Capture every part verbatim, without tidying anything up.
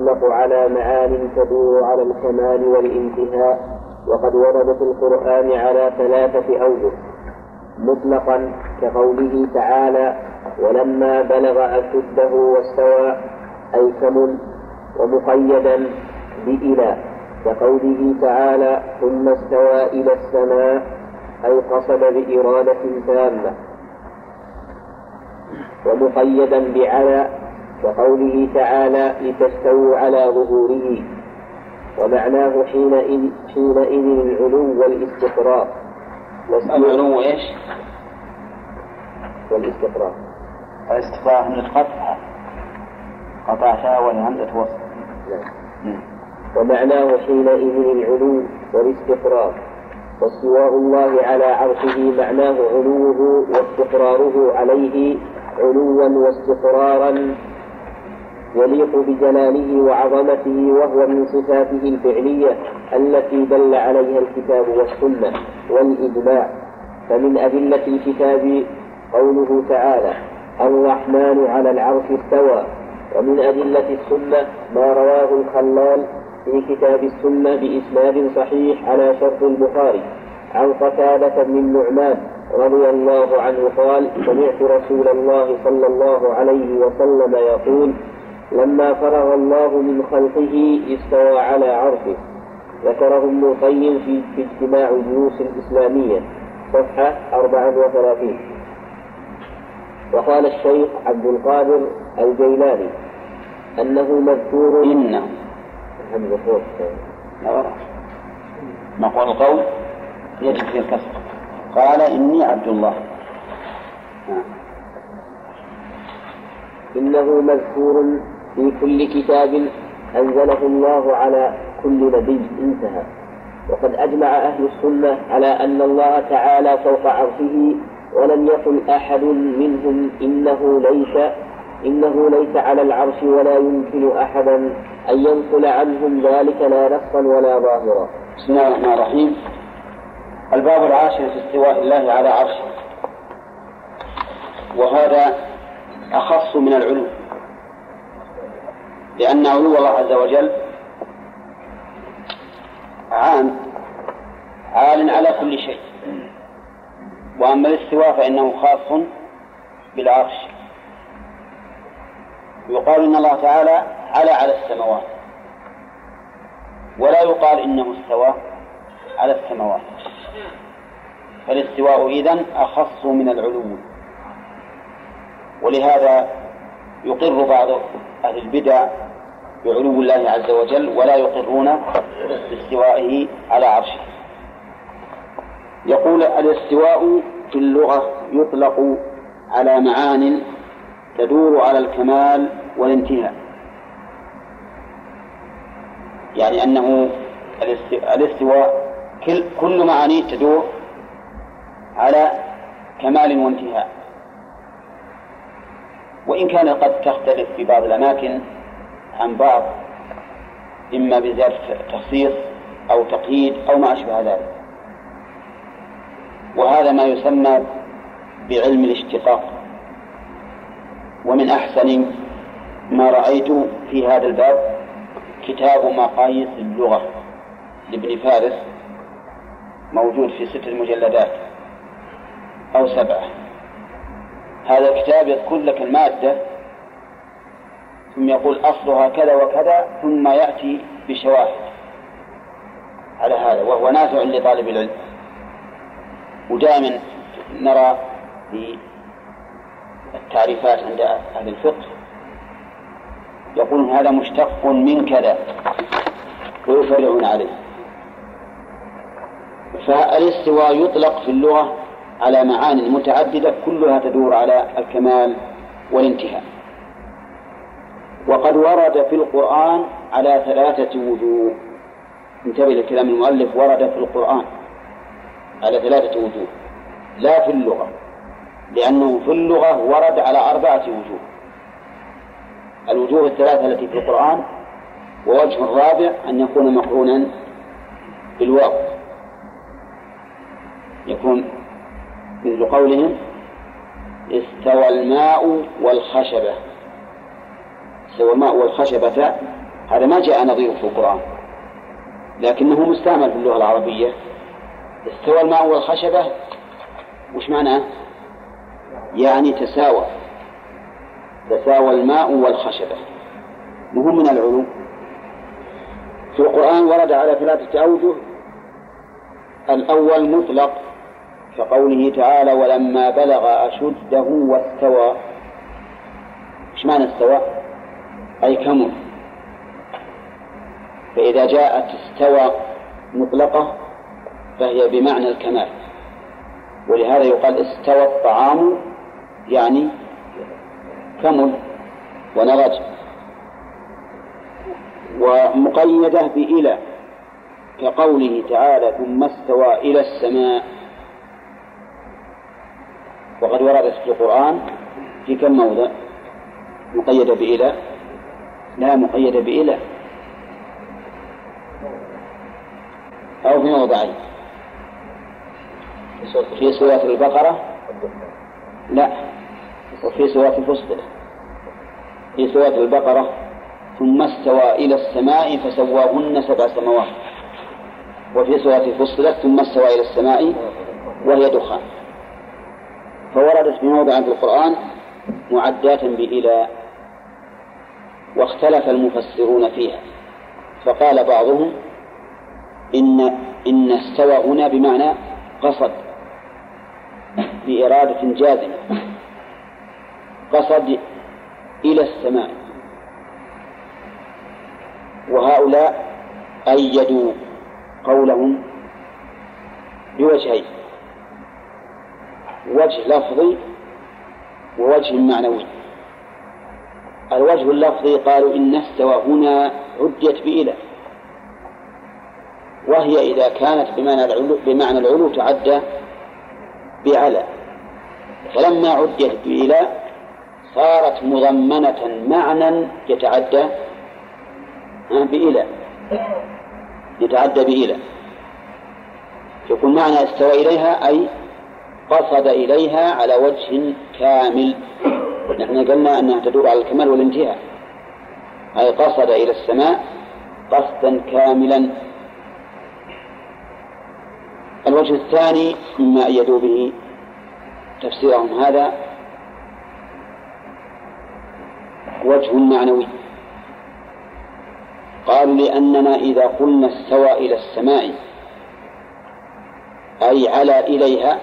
يطلق على معان تدور على الكمال والانتهاء، وقد ورد في القرآن على ثلاثة أوجه: مطلقا كقوله تعالى: ولما بلغ أشده واستوى أي كمل، ومقيدا بإلى كقوله تعالى: ثم استوى إلى السماء أي قصد بإرادة تامة، ومقيدا بعلى كقوله تعالى: لتستووا على ظهوره، ومعناه حينئذ, حينئذ العلو والاستقرار. العلو إيش؟ والاستقرار. الاستقرار من القطع، قطعتها والهمزة وصل. ومعناه حينئذ العلو والاستقرار. واستواء الله على عرشه معناه علوه واستقراره عليه علوا واستقرارا يليق بجلاله وعظمته، وهو من صفاته الفعلية التي دل عليها الكتاب والسنة والإجماع. فمن أدلة الكتاب قوله تعالى: الرحمن على العرش استوى. ومن أدلة السنة ما رواه الخلال في كتاب السنة بإسناد صحيح على شرط البخاري عن قتادة بن النعمان رضي الله عنه قال: سمعت رسول الله صلى الله عليه وسلم يقول: لما فرغ الله من خلقه استوى على عرشه. ذكره ابن القيم في اجتماع الجيوش الإسلامية صفحة أربعة وثلاثين. وقال الشيخ عبد القادر الجيلاني أنه مذكور إنه نقول القول يجب في الكسر. قال: إني عبد الله. إنه مذكور في كل كتاب أنزله الله على كل نبي. انتهى. وقد أجمع أهل السنة على أن الله تعالى فوق عرشه، ولم يقل أحد منهم إنه ليس إنه ليس على العرش، ولا يمكن أحدا أن ينقل عنهم ذلك لا نصا ولا ظاهرا. بسم الله الرحمن الرحيم. الباب العاشر في استواء الله على عرشه، وهذا أخص من العلو، لأن علو الله عز وجل عام عال على كل شيء، وأما الاستواء فإنه خاص بالعرش. يقال إن الله تعالى على على السماوات، ولا يقال إنه استوى على السماوات. فالاستواء إذن أخص من العلو، ولهذا يقر بعض أهل البدع بعلو الله عز وجل ولا يقرون باستوائه على عرشه. يقول: الاستواء في اللغة يطلق على معان تدور على الكمال والانتهاء، يعني أنه الاستواء كل معانيه تدور على كمال وانتهاء، وإن كان قد تختلف في بعض الأماكن عن بعض، إما بزيادة تخصيص أو تقييد أو ما أشبه ذلك. وهذا ما يسمى بعلم الاشتقاق. ومن أحسن ما رأيت في هذا الباب كتاب مقاييس اللغة لابن فارس، موجود في ست مجلدات أو سبعة. هذا الكتاب يذكر لك المادة ثم يقول أصلها كذا وكذا، ثم يأتي بشواهد على هذا، وهو نافع لطالب العلم. ودائما نرى في التعريفات عند أهل الفقه يقولون هذا مشتق من كذا ويفرعون عليه. فالاستواء يطلق في اللغة على معاني متعددة كلها تدور على الكمال والانتهاء. وقد ورد في القرآن على ثلاثة وجوه. انتبه لكلام المؤلف: ورد في القرآن على ثلاثة وجوه، لا في اللغة، لأنه في اللغة ورد على أربعة وجوه: الوجوه الثلاثة التي في القرآن، ووجه الرابع أن يكون مقرونا بالواو، يكون مثل قولهم: استوى الماء والخشبة. استوى الماء والخشبة هذا ما جاء نظيره في القرآن، لكنه مستعمل في اللغة العربية. استوى الماء والخشبة وش معناه؟ يعني تساوى، تساوى الماء والخشبة، مهم من العلو. في القرآن ورد على ثلاثة أوجه. الأول مطلق كقوله تعالى ولما بلغ أشده واستوى. ايش معنى استوى؟ أي كمل. فإذا جاءت استوى مطلقة فهي بمعنى الكمال، ولهذا يقال استوى الطعام يعني كمل ونضج. ومقيدة بإلى كقوله تعالى ثم استوى إلى السماء، وقد وردت في القرآن في كم موضع مقيدة بإلى؟ لا مقيدة بإلى، أو في موضعين. في سورة البقرة لا، وفي سورة فصلت. في سورة البقرة ثم استوى إلى السماء فسواهن سبع سماوات، وفي سورة فصلت ثم استوى إلى السماء وهي دخان. فوردت في موضع في القرآن معدات بإلى، واختلف المفسرون فيها، فقال بعضهم إن إن استوى هنا بمعنى قصد بإرادة جازمة، قصد إلى السماء. وهؤلاء أيدوا قولهم بوجهين، وجه لفظي ووجه معنوي. الوجه اللفظي قالوا إن استوى هنا عدت بإلى، وهي إذا كانت بمعنى العلو, بمعنى العلو تعدى بعلى، فلما عدت بإلى صارت مضمنة معنى يتعدى بإلى، يتعدى بإلى، يكون معنى استوى إليها أي قصد إليها على وجه كامل. نحن قلنا أنها تدور على الكمال والانتهاء، أي قصد إلى السماء قصدا كاملا. الوجه الثاني مما أيدوا به تفسيرهم هذا وجه معنوي. قالوا لأننا إذا قلنا استوى إلى السماء أي على إليها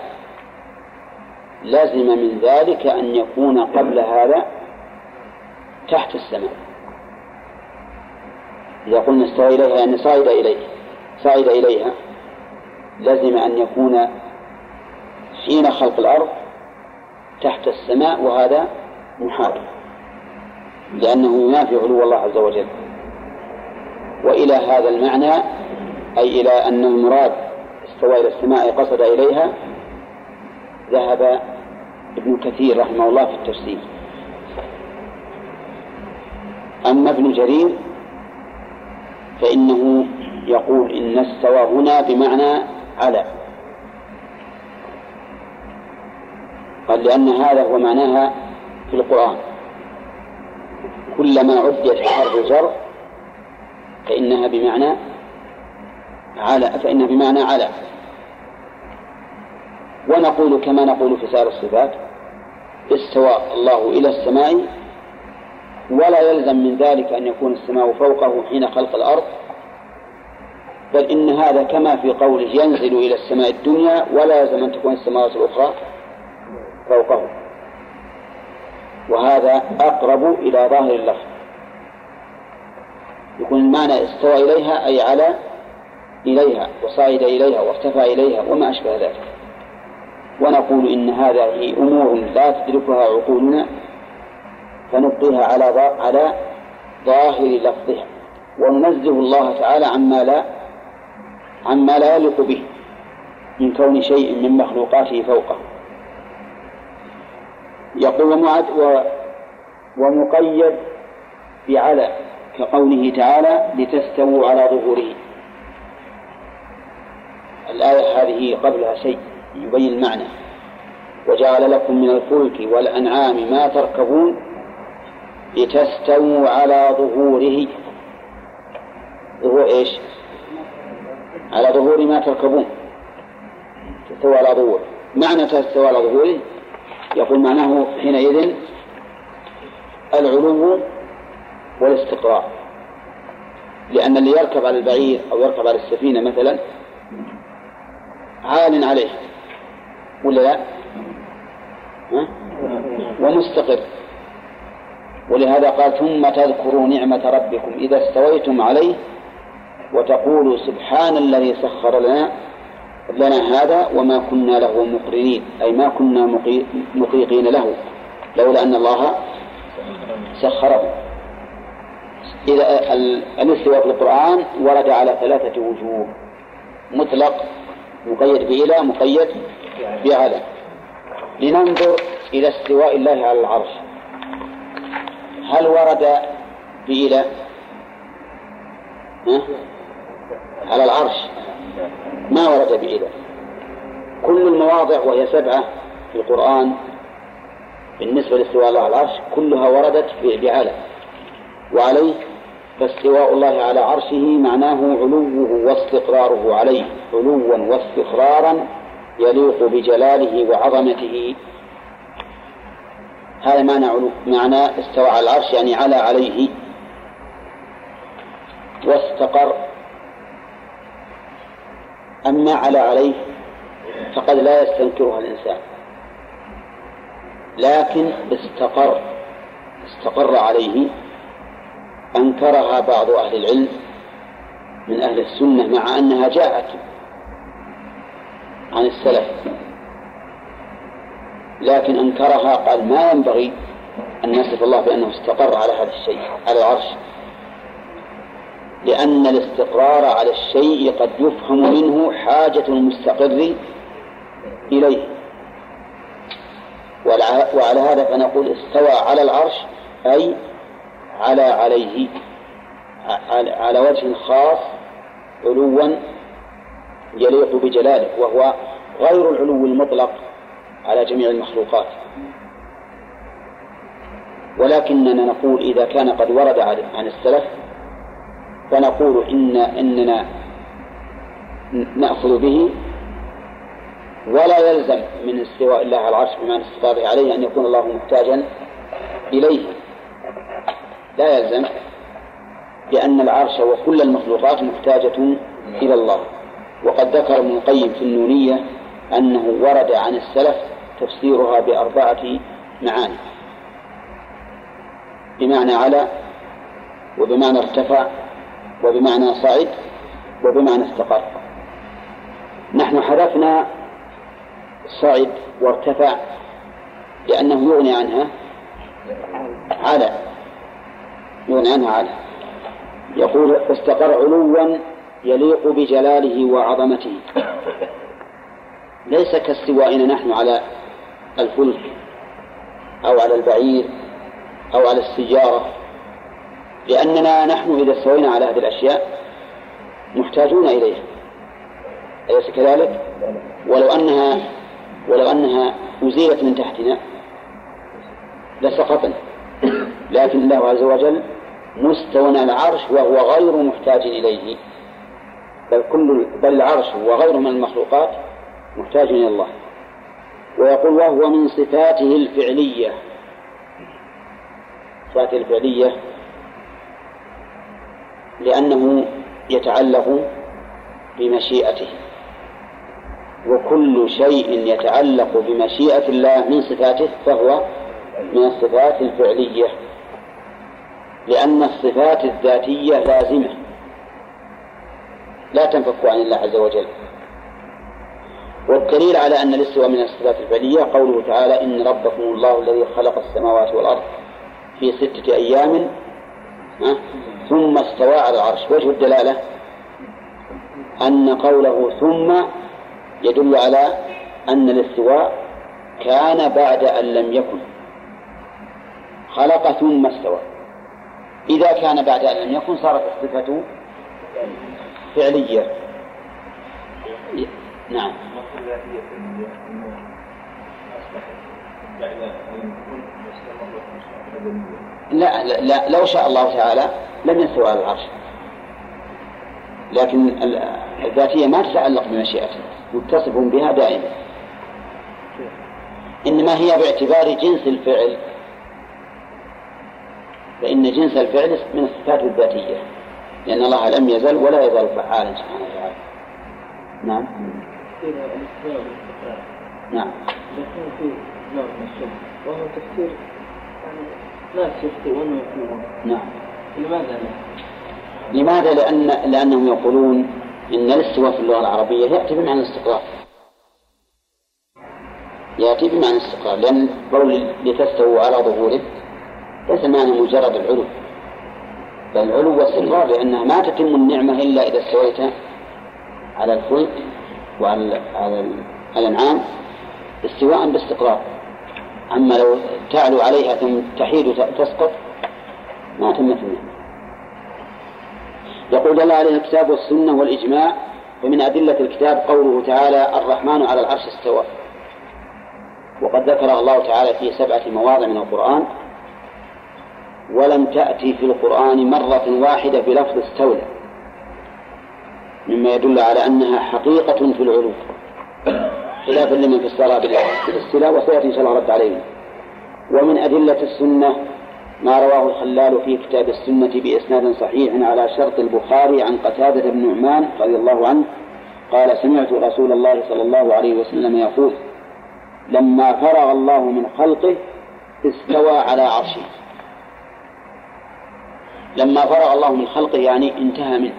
لازم من ذلك أن يكون قبل هذا تحت السماء. إذا قلنا استوى إليها يعني صعد إليه صعد إليها لازم أن يكون حين خلق الأرض تحت السماء، وهذا محال لأنه ينافي علو الله عز وجل. وإلى هذا المعنى أي إلى أن المراد استوى إلى السماء قصد إليها ذهب ابن كثير رحمه الله في التفسير. أما ابن جرير فإنه يقول إن استوى هنا بمعنى على، قال لأن هذا هو معناها في القرآن، كلما عدت حرف جر فإنها بمعنى على، فإنها بمعنى على. ونقول كما نقول في سائر الصفات استوى الله إلى السماء، ولا يلزم من ذلك أن يكون السماء فوقه حين خلق الأرض، بل إن هذا كما في قوله ينزل إلى السماء الدنيا ولا يلزم أن تكون السماوات الأخرى فوقه، وهذا أقرب إلى ظاهر اللفظ. يكون المعنى استوى إليها أي على إليها وصعد إليها وارتفع إليها وما أشبه ذلك. ونقول إن هذه أمور لا تدركها عقولنا فنبقيها على على ظاهر لفظها، وننزه الله تعالى عما لا عما لا يليق به من كون شيء من مخلوقاته فوقه. يقول ومعد ومقيد بعلى كقوله تعالى لتستووا على ظهوره. الآية هذه قبلها شيء يبين المعنى، وجعل لكم من الفلك والأنعام ما تركبون لتستووا على ظهوره. إيش؟ على ظهور ما تركبون، استوى على ظهور. معنى استوى على ظهوره يقول معناه حينئذ العلو والاستقرار، لأن اللي يركب على البعير أو يركب على السفينة مثلا عال عليه ولا لا؟ ها؟ ومستقر. ولهذا قال ثم تذكروا نعمة ربكم إذا استويتم عليه وتقولوا سبحان الذي سخر لنا لنا هذا وما كنا له مقرنين، أي ما كنا مطيقين له لولا أن الله سخره. إذا الاستواء في القرآن ورد على ثلاثة وجوه: مطلق، مقيد بإلى، مقيد بعلى. لننظر إلى استواء الله على العرش. هل ورد بإلى على العرش؟ ما ورد بإلى. كل المواضع وهي سبعة في القرآن بالنسبة لاستواء الله على العرش كلها وردت بعلى وعليه. فاستواء الله على عرشه معناه علوه واستقراره عليه، علوا واستقرارا يليق بجلاله وعظمته. هذا معنى علو، معنى استوى على العرش يعني على عليه. واستقر، أما على عليه فقد لا يستنكرها الإنسان، لكن استقر استقر عليه أنكرها بعض أهل العلم من أهل السنة مع أنها جاءت عن السلف، لكن أنكرها، قال ما ينبغي أن نصف الله بأنه استقر على هذا الشيء على العرش، لأن الاستقرار على الشيء قد يفهم منه حاجة المستقر إليه. وعلى هذا فنقول استوى على العرش أي على عليه على وجه خاص علوا يليق بجلاله، وهو غير العلو المطلق على جميع المخلوقات. ولكننا نقول إذا كان قد ورد عن السلف فنقول إن إننا نأخذ به، ولا يلزم من استواء الله على العرش بمعنى استقراره عليه أن يكون الله محتاجا إليه، لا يلزم، لأن العرش وكل المخلوقات محتاجة إلى الله. وقد ذكر ابن القيم في النونية أنه ورد عن السلف تفسيرها بأربعة معاني: بمعنى على، وبمعنى ارتفع، وبمعنى صعد، وبمعنى استقر. نحن حذفنا صعد وارتفع لأنه يغني عنها على، يغني عنها على. يقول استقر علوا يليق بجلاله وعظمته، ليس كاستوائنا نحن على الفلك أو على البعير أو على السيارة، لأننا نحن إذا استوينا على هذه الأشياء محتاجون إليها، أليس كذلك؟ ولو أنها ولو أنها أزيلت من تحتنا لسقطنا، لكن الله عز وجل مستوى على العرش وهو غير محتاج إليه، بل كل بل العرش وغيره من المخلوقات محتاج إلى الله. ويقول وهو من صفاته الفعلية. صفاته الفعلية لأنه يتعلق بمشيئته، وكل شيء يتعلق بمشيئة الله من صفاته فهو من الصفات الفعلية، لأن الصفات الذاتية لازمة لا تنفك عن الله عز وجل. والدليل على أن الاستواء من الصفات الفعلية قوله تعالى إن ربكم الله الذي خلق السماوات والأرض في ستة أيام ثم استوى على العرش. وجه الدلالة أن قوله ثم يدل على أن الاستواء كان بعد أن لم يكن، خلق ثم استوى. إذا كان بعد أن لم يكن صارت الصفة فعلية. نعم. لا, لا, لا لو شاء الله تعالى لم يستوى على العرش، لكن الذاتية ما تتعلق بمشيئته، متصف بها دائما، إنما هي باعتبار جنس الفعل، فإن جنس الفعل من الصفات الذاتية، لأن الله لم يزل ولا يزال فعالا سبحانه وتعالى. نعم. نعم. يكون في نوع من الشبه وهو تفسير يعني ناس يخطئون ويخطئون. نعم. لماذا لا؟ لماذا؟ لأن لأنهم يقولون إن الاستواء في اللغة العربية يأتي بمعنى الاستقرار، يأتي بمعنى الاستقرار، لأن قول لتستووا على ظهوره ليس معنى مجرد العلو، بل العلو والاستقرار، لأنها ما تتم النعمة إلا إذا استويت على الفلك وعلى على الأنعام استواء باستقرار. أما لو تعلو عليها ثم تحيد وتسقط ما تمت النعمة. يقول دل عليه الكتاب والسنة والإجماع. ومن أدلة الكتاب قوله تعالى الرحمن على العرش استوى، وقد ذكر الله تعالى في سبعة مواضع من القرآن، ولم تأتي في القرآن مرة واحدة بلفظ استولى، مما يدل على أنها حقيقة في العلو، خلافا لمن فسرها بالاستيلاء، وسيأتي إن شاء الله رد عليه. ومن أدلة السنة ما رواه الخلال في كتاب السنة بإسناد صحيح على شرط البخاري عن قتادة بن نعمان رضي الله عنه قال سمعت رسول الله صلى الله عليه وسلم يقول لما فرغ الله من خلقه استوى على عرشه. لما فرغ الله من خلقه يعني انتهى منه،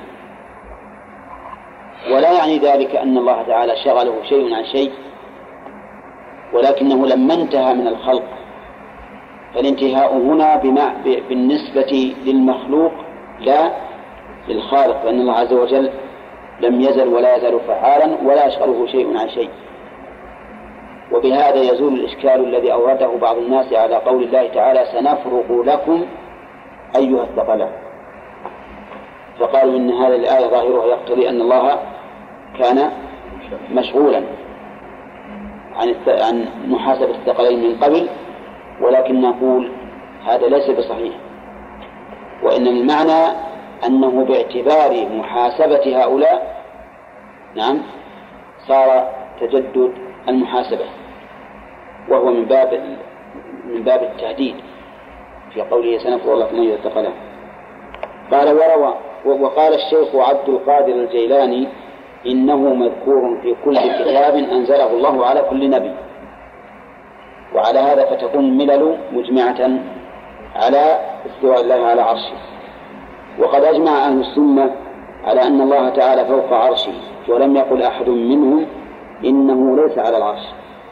ولا يعني ذلك أن الله تعالى شغله شيء عن شيء، ولكنه لما انتهى من الخلق، فالانتهاء هنا بما بالنسبة للمخلوق لا للخالق، لأن الله عز وجل لم يزل ولا يزال فعالا ولا يشغله شيء عن شيء. وبهذا يزول الإشكال الذي أورده بعض الناس على قول الله تعالى سنفرغ لكم أيها الثقلان، فقالوا إن هذه الآية ظاهرها يقتضي أن الله كان مشغولا عن عن محاسبة الثقلين من قبل، ولكن نقول هذا ليس بصحيح، وإن المعنى أنه باعتبار محاسبة هؤلاء نعم صار تجدد المحاسبة، وهو من باب من باب التهديد في قوله سنفرغ لكم أيها الثقلان. قال وروى وقال الشيخ عبد القادر الجيلاني إنه مذكور في كل كتاب أنزله الله على كل نبي، وعلى هذا فتكون الملل مجمعة على استواء الله على عرشه. وقد أجمع أهل السنة على أن الله تعالى فوق عرشه، ولم يقل أحد منهم إنه ليس على العرش.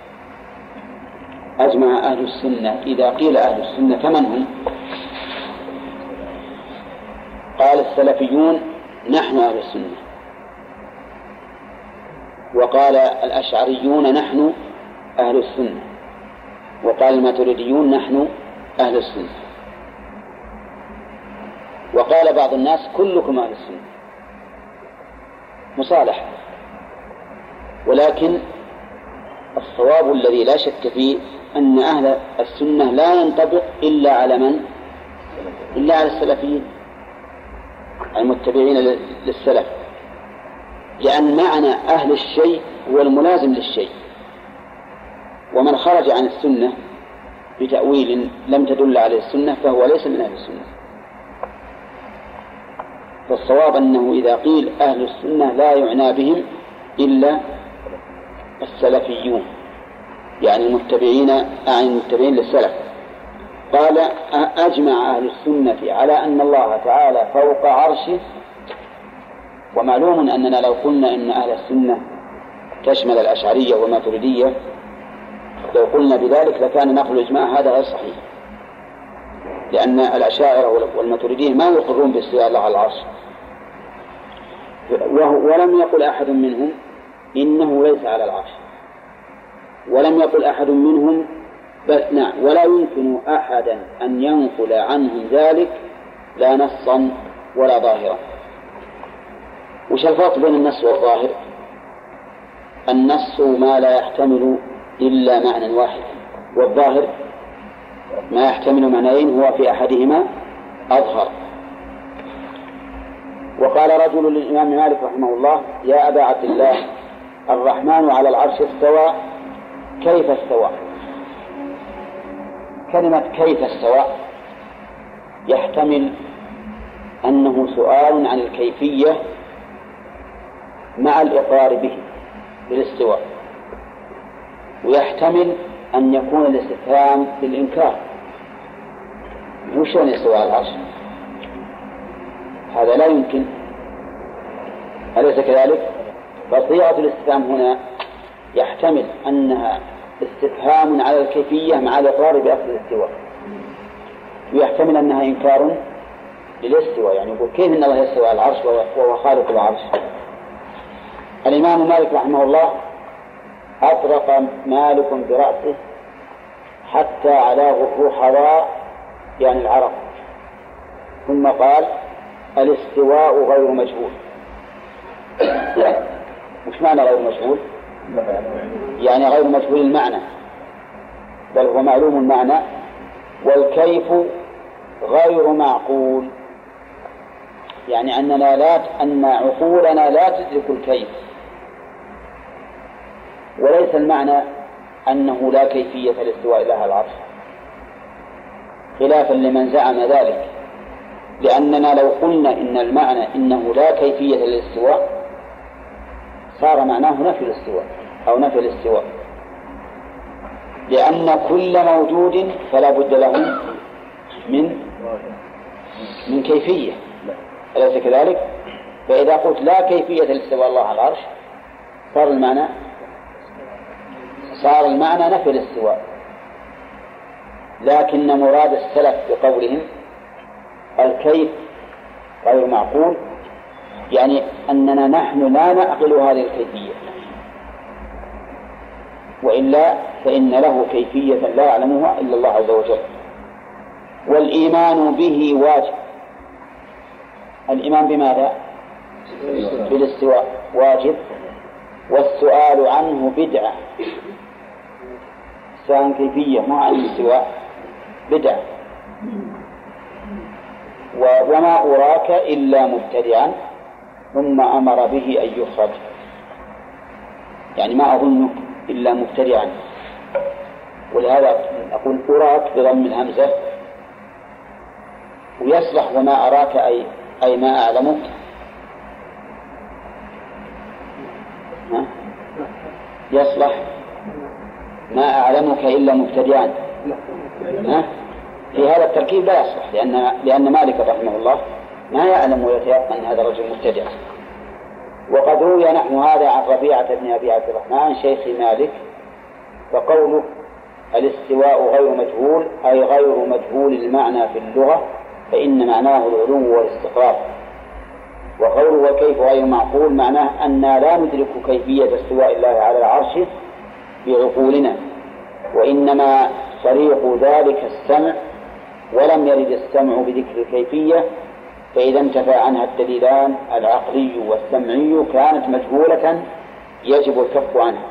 أجمع أهل السنة. إذا قيل أهل السنة فمن هم؟ قال السلفيون نحن أهل السنة، وقال الأشعريون نحن أهل السنة، وقال الماتريديون نحن أهل السنة، وقال بعض الناس كلكم أهل السنة مصالحة. ولكن الصواب الذي لا شك فيه أن أهل السنة لا ينطبق إلا على من؟ إلا على السلفيين المتبعين للسلف، لأن معنى أهل الشيء هو الملازم للشيء، ومن خرج عن السنة بتأويل لم تدل عليه السنة فهو ليس من أهل السنة. فالصواب أنه إذا قيل أهل السنة لا يعنى بهم إلا السلفيون، يعني المتبعين أعني المتبعين للسلف. قال أجمع أهل السنة على أن الله تعالى فوق عرشه. ومعلوم أننا لو قلنا إن أهل السنة تشمل الأشعرية والماتريدية، لو قلنا بذلك لكان نقل الإجماع هذا غير صحيح، لأن الأشاعرة والماتريدية ما يقرون باستواء الله على العرش، ولم يقل أحد منهم إنه ليس على العرش، ولم يقل أحد منهم نعم ولا يمكن أحدا أن ينقل عنهم ذلك لا نصا ولا ظاهرا. وش الفرق بين النص والظاهر؟ النص ما لا يحتمل إلا معنى واحد، والظاهر ما يحتمل معنيين هو في أحدهما أظهر. وقال رجل للإمام مالك رحمه الله: يا أبا عبد الله، الرحمن على العرش استوى، كيف استوى؟ كلمة كيف استوى يحتمل أنه سؤال عن الكيفية مع الإقرار به بالاستواء، ويحتمل أن يكون الاستفهام للإنكار: وشلون يستوى على العرش؟ هذا لا يمكن، أليس كذلك؟ فصيغة الاستفهام هنا يحتمل أنها استفهام على الكيفية مع الإقرار بأصل الاستواء، ويحتمل أنها إنكار للاستواء، يعني يقول كيف إن الله يستوى على العرش وهو خالق العرش؟ الإمام مالك رحمه الله أطرق مالك برأسه حتى علاه حواء يعني العرق، ثم قال: الاستواء غير مجهول. مش معنى غير مجهول؟ يعني غير مجهول المعنى، بل هو معلوم المعنى، والكيف غير معقول، يعني أننا لا أن عقولنا لا تدرك الكيف، وليس المعنى أنه لا كيفية الاستواء إلى العرش، خلافا لمن زعم ذلك، لأننا لو قلنا إن المعنى إنه لا كيفية للاستواء صار معناه نفي الاستواء أو نفي الاستواء، لأن كل موجود فلا بد له من من كيفية، أليس كذلك؟ فإذا قلت لا كيفية الاستواء الله على العرش صار المعنى صار المعنى نفي الاستواء. لكن مراد السلف بقولهم الكيف غير معقول، يعني أننا نحن لا نعقل هذه الكيفية، وإلا فإن له كيفية لا يعلمها إلا الله عز وجل. والإيمان به واجب. الإيمان بماذا؟ بالاستواء واجب، والسؤال عنه بدعة. سؤال كيفية ما عن الاستواء بدعة. وما أراك إلا مبتدعا ثم أمر به أن يخرج، يعني ما أظنك إلا مبتدعا. ولهذا أقول أراك بضم الهمزة، ويصلح وما أراك أي أي ما أعلمك، ها؟ يصلح ما أعلمك إلا مبتدعا، ها؟ في هذا التركيب لا يصلح، لأن لأن مالك رحمه الله ما يعلم ويتيقن أن هذا الرجل مبتدع. وقد روي نحو هذا عن ربيعة بن أبي عبد الرحمن شيخ مالك، فقوله الاستواء غير مجهول أي غير مجهول المعنى في اللغة، فإن معناه العلو والاستقرار. وقوله وكيف غير معقول معناه أن لا ندرك كيفية استواء الله على العرش بعقولنا، وإنما طريق ذلك السمع، ولم يرد السمع بذكر الكيفية، فإذا انتفى عنها الدليلان العقلي والسمعي كانت مجهولة يجب الكف عنها.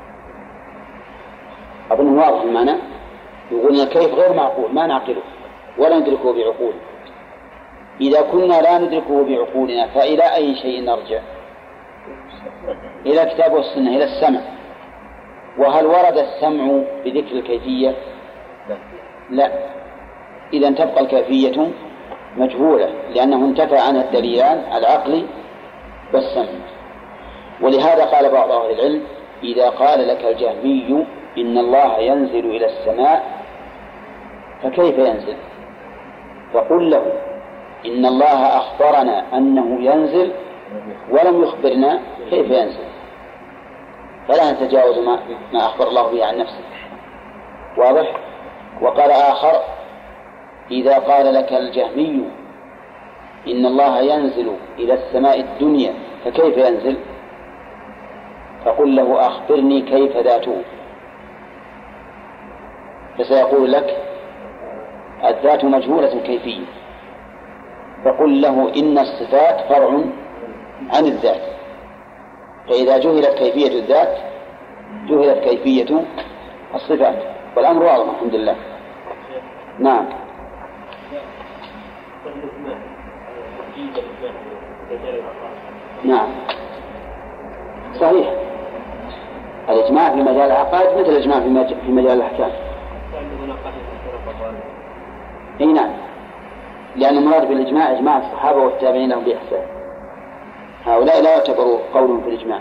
أظن واضح المعنى. يقولون كيف غير معقول ما نعقله ولا ندركه بعقول. إذا كنا لا ندركه بعقولنا فإلى أي شيء نرجع؟ إلى الكتاب والسنة، إلى السمع. وهل ورد السمع بذكر الكيفية؟ لا. إذا تبقى الكيفية مجهولة، لأنه انتفى عنها الدليلان العقلي والسمع. ولهذا قال بعض أهل العلم إذا قال لك الجهمي إن الله ينزل إلى السماء فكيف ينزل؟ فقل له إن الله أخبرنا أنه ينزل ولم يخبرنا كيف ينزل، فلا نتجاوز ما, ما أخبر الله به عن نفسه. واضح؟ وقال آخر إذا قال لك الجهمي إن الله ينزل إلى السماء الدنيا فكيف ينزل؟ فقل له أخبرني كيف ذاته، فسيقول لك الذات مجهولة كيفية، فقل له إن الصفات فرع عن الذات، فإذا جهلت كيفية الذات جهلت كيفية الصفات، والأمر واضح الحمد لله. نعم. نعم صحيح، الإجماع في مجال العقائد مثل الإجماع في مجال الأحكام. أي نعم، لأن المراد بالإجماع إجماع الصحابة والتابعين لهم بإحسان، هؤلاء لا يعتبروا قولهم في الإجماع.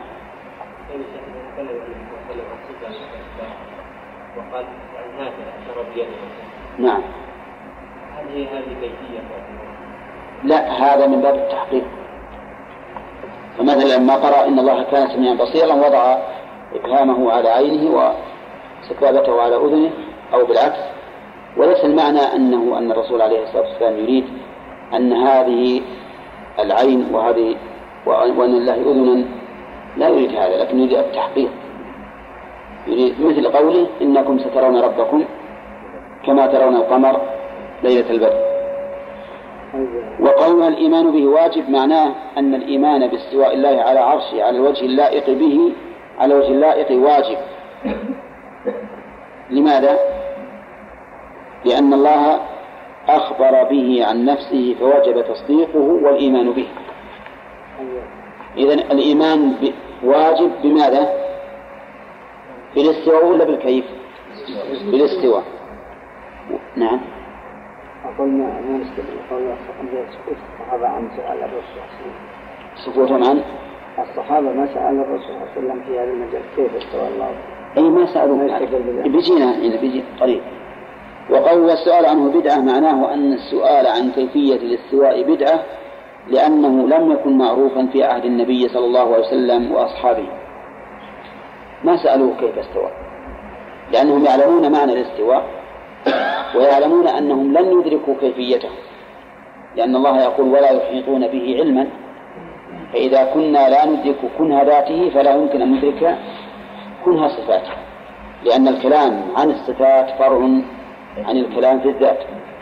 وقال عن هذا أشار بيده. نعم. هل هي هذه كيفية؟ لا، هذا من باب التحقيق. فمثلا لما قرأ إن الله كان سميعا بصيرا وضع إبهامه على عينه وسكابته على أذنه أو بالعكس، وليس المعنى أنه أن الرسول عليه الصلاة والسلام يريد أن هذه العين وهذه وأن الله أذنا، لا يريد هذا، لكن يريد التحقيق، يريد مثل قوله إنكم سترون ربكم كما ترون القمر ليلة البدر. وقولنا الإيمان به واجب معناه أن الإيمان باستواء الله على عرشه على الوجه اللائق به على وجه اللائق واجب. لماذا؟ لأن الله أخبر به عن نفسه فوجب تصديقه والإيمان به. إذن الإيمان واجب بماذا؟ بالاستواء ولا بالكيف؟ بالاستواء. نعم. قلنا ما نستطيع قول سكوت الصحابة عن سؤال الرسول سكوتهم عن الصحابة ما سأل الرسول صلى الله عليه وسلم في هذا المجال كيف استوى الله؟ أي ما سألوه، بيجينا هنا بيجي قريب. وقول السؤال عنه بدعة معناه أن السؤال عن كيفية الاستواء بدعة، لأنه لم يكن معروفا في عهد النبي صلى الله عليه وسلم وأصحابه، ما سألوه كيف استوى، لأنهم يعلمون معنى الاستواء ويعلمون أنهم لن يدركوا كيفيته، لأن الله يقول ولا يحيطون به علما، فإذا كنا لا ندرك كنه ذاته فلا يمكن أن ندرك كنه صفاته، لأن الكلام عن الصفات فرع عن الكلام في الذات.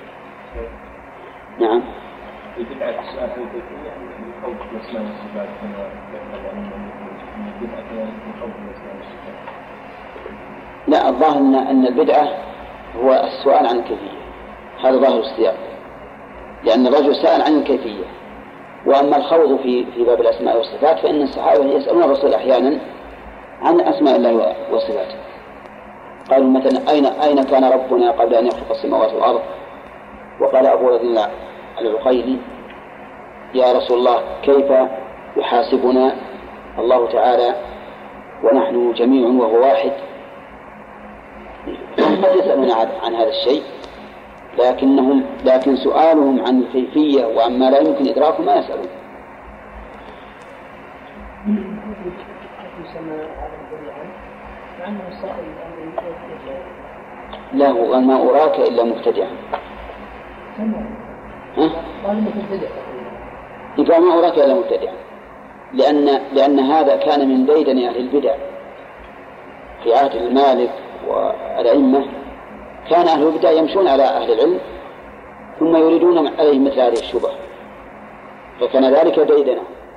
نعم. بدعة السؤال عن الكيفية من خوف الأسماء والصفات كما ذكر أن بدعة من خوف الأسماء والصفات. لا، الظاهر أن البدعة هو السؤال عن الكيفية، هذا ظاهر السياق، لأن الرجل سأل عن الكيفية. وأما الخوض في في باب الأسماء والصفات فإن الصحابة يسألون الرسول أحيانا عن أسماء الله وصفاته. قالوا مثلا أين أين كان ربنا قبل أن يخلق السماوات والأرض؟ وقال أبو رضي الله العقيلي يا رسول الله كيف يحاسبنا الله تعالى ونحن جميع وهو واحد؟ قد يسألون عن هذا الشيء، لكنهم لكن سؤالهم عن الكيفية وعما لا يمكن إدراكه ما يسألون. لا، هو ما أراك إلا مبتدعا. ها؟ يقول ما أراك إلا مبتدعا، لأن لأن هذا كان من ديدن أهل البدع في عهد المالك والأئمة. كان أهل البدع يمشون على أهل العلم ثم يريدون عليهم مثل هذه الشبه، فكان ذلك ديدنا.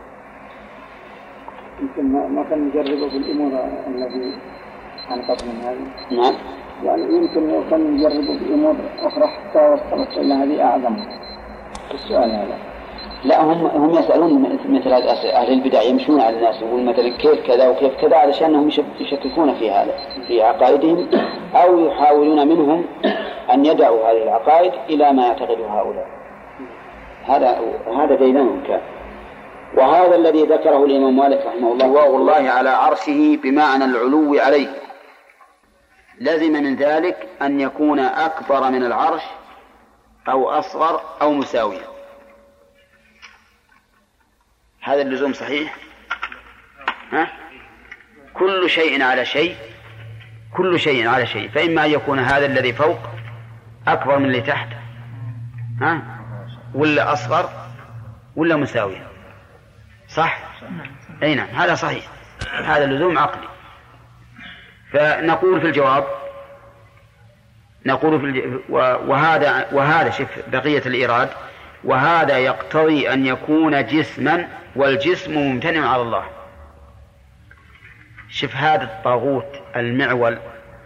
يمكن ما كان يجربوا بالأمور الذي أنقذ من هذه. نعم. يعني يمكن لو كان يجربوا بأمور أخرى حتى وصلت إلى هذه أعظم السؤال هذا. لا، هم هم يسألون مثل أهل البدع، يمشون على الناس يقول مثلا كيف كذا وكيف كذا، علشانهم يشككون في هذا في عقائدهم، أو يحاولون منهم أن يدعوا هذه العقائد إلى ما يعتقده هؤلاء. هذا هذا دينهم كان. وهذا الذي ذكره الإمام مالك رحمه الله وهو الله على عرشه بمعنى العلو عليه، لزم من ذلك أن يكون أكبر من العرش أو أصغر أو مساويا. هذا اللزوم صحيح؟ ها؟ كل شيء على شيء، كل شيء على شيء، فإما أن يكون هذا الذي فوق أكبر من اللي تحت، ها؟ ولا أصغر ولا مساويا، صح؟ أي نعم، هذا صحيح، هذا اللزوم عقلي. فنقول في الجواب نقول في الج... وهذا وهذا شوف بقية الإيراد، وهذا يقتضي أن يكون جسما، والجسم ممتنع على الله. شوف هذا الطاغوت المعول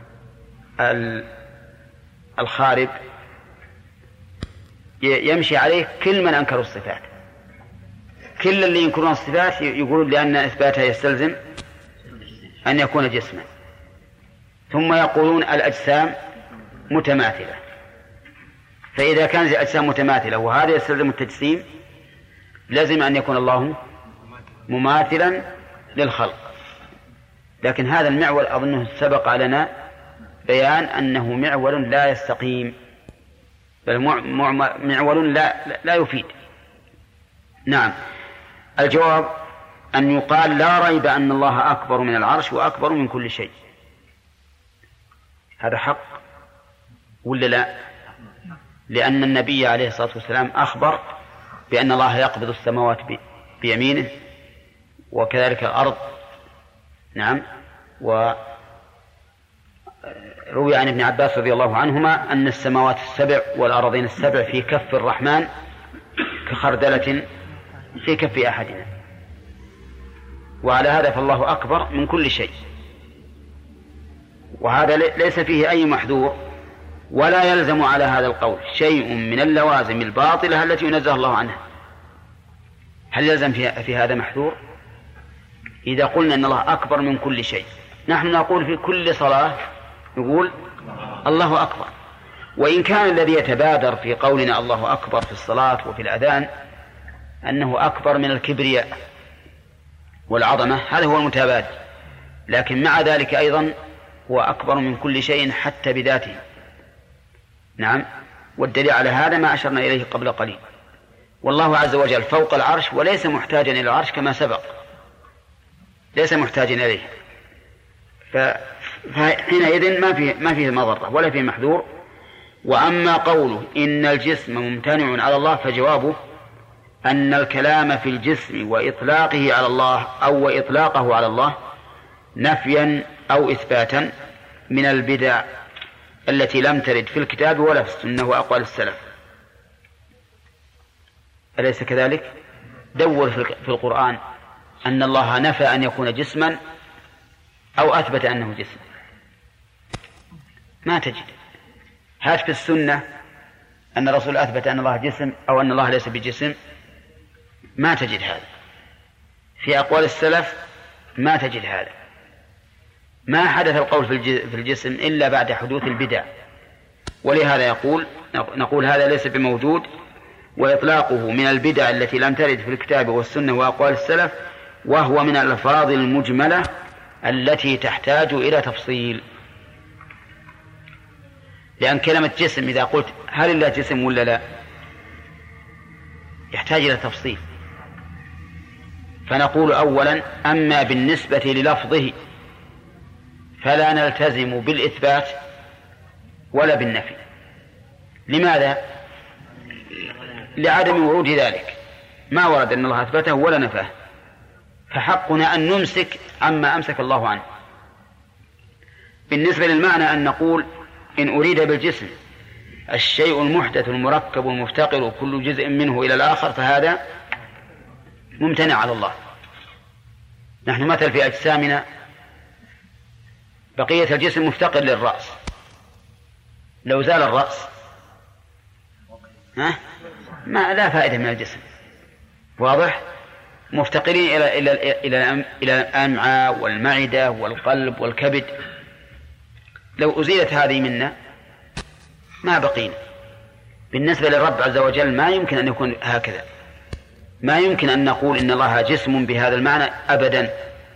الخارب يمشي عليه كل من أنكروا الصفات، كل اللي ينكرون الصفات يقولون لأن إثباتها يستلزم أن يكون جسما، ثم يقولون الأجسام متماثلة، فإذا كانت الأجسام متماثلة وهذا يستلزم التجسيم لازم أن يكون الله مماثلا للخلق. لكن هذا المعول أظنه سبق لنا بيان أنه معول لا يستقيم، بل معول لا, لا يفيد. نعم، الجواب أن يقال لا ريب أن الله أكبر من العرش وأكبر من كل شيء. هذا حق ولا لا؟ لأن النبي عليه الصلاة والسلام أخبر بأن الله يقبض السماوات بيمينه وكذلك الأرض. نعم، وروي عن ابن عباس رضي الله عنهما أن السماوات السبع والأرضين السبع في كف الرحمن كخردلة في كف أحدنا، وعلى هذا فالله أكبر من كل شيء، وهذا ليس فيه أي محذور، ولا يلزم على هذا القول شيء من اللوازم الباطلة التي ينزه الله عنها. هل يلزم في هذا محذور؟ إذا قلنا أن الله أكبر من كل شيء، نحن نقول في كل صلاة نقول الله أكبر، وإن كان الذي يتبادر في قولنا الله أكبر في الصلاة وفي الأذان أنه أكبر من الكبرياء والعظمة، هذا هو المتبادر، لكن مع ذلك أيضا هو أكبر من كل شيء حتى بذاته. نعم، والدليل على هذا ما أشرنا إليه قبل قليل، والله عز وجل فوق العرش وليس محتاجا إلى العرش كما سبق، ليس محتاجا إليه، فحينئذ ما فيه ما فيه مضرة ولا فيه محذور. وأما قوله إن الجسم ممتنع على الله فجوابه أن الكلام في الجسم وإطلاقه على الله أو إطلاقه على الله نفيا أو إثباتا من البدع التي لم ترد في الكتاب ولا في السنة وأقوال السلف. أليس كذلك؟ دور في القرآن أن الله نفى أن يكون جسما أو أثبت أنه جسم، ما تجد. هات في السنة أن الرسول أثبت أن الله جسم أو أن الله ليس بجسم، ما تجد هذا. في أقوال السلف ما تجد هذا. ما حدث القول في الجسم إلا بعد حدوث البدع، ولهذا يقول نقول هذا ليس بموجود، وإطلاقه من البدع التي لم ترد في الكتاب والسنة وأقوال السلف، وهو من الألفاظ المجملة التي تحتاج إلى تفصيل. لأن كلمة جسم إذا قلت هل الله جسم ولا لا يحتاج إلى تفصيل، فنقول أولا أما بالنسبة للفظه فلا نلتزم بالإثبات ولا بالنفي. لماذا؟ لعدم ورود ذلك، ما ورد أن الله أثبته ولا نفاه، فحقنا أن نمسك عما أمسك الله عنه. بالنسبة للمعنى أن نقول إن أريد بالجسم الشيء المحدث المركب المفتقر كل جزء منه إلى الآخر فهذا ممتنع على الله. نحن مثل في أجسامنا بقية الجسم مفتقر للرأس، لو زال الرأس ها ما لا فائدة من الجسم، واضح؟ مفتقرين إلى إلى إلى إلى الأمعاء والمعدة والقلب والكبد، لو أزيلت هذه منا ما بقينا. بالنسبة للرب عز وجل ما يمكن أن يكون هكذا، ما يمكن أن نقول إن الله جسم بهذا المعنى أبدا،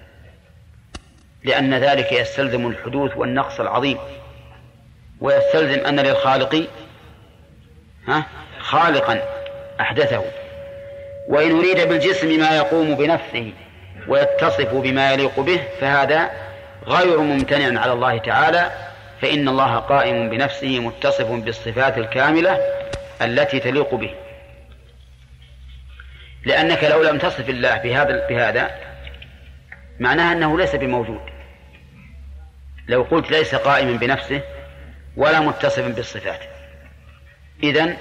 لأن ذلك يستلزم الحدوث والنقص العظيم، ويستلزم أن للخالق ها خالقا أحدثه. وإن أريد بالجسم ما يقوم بنفسه ويتصف بما يليق به فهذا غير ممتنع على الله تعالى، فإن الله قائم بنفسه متصف بالصفات الكاملة التي تليق به. لأنك لو لم تصف الله بهذا بهذا معناها أنه ليس بموجود. لو قلت ليس قائما بنفسه ولا متصف بالصفات، إذن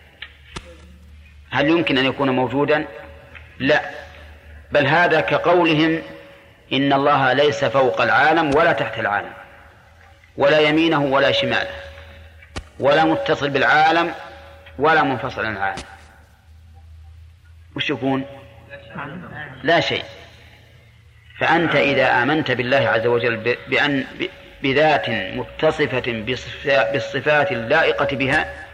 هل يمكن أن يكون موجودا؟ لا، بل هذا كقولهم إن الله ليس فوق العالم ولا تحت العالم، ولا يمينه ولا شماله، ولا متصل بالعالم ولا منفصل عن العالم. وش يكون؟ لا شيء. فأنت إذا آمنت بالله عز وجل بأن بذات متصفة بالصفات اللائقة بها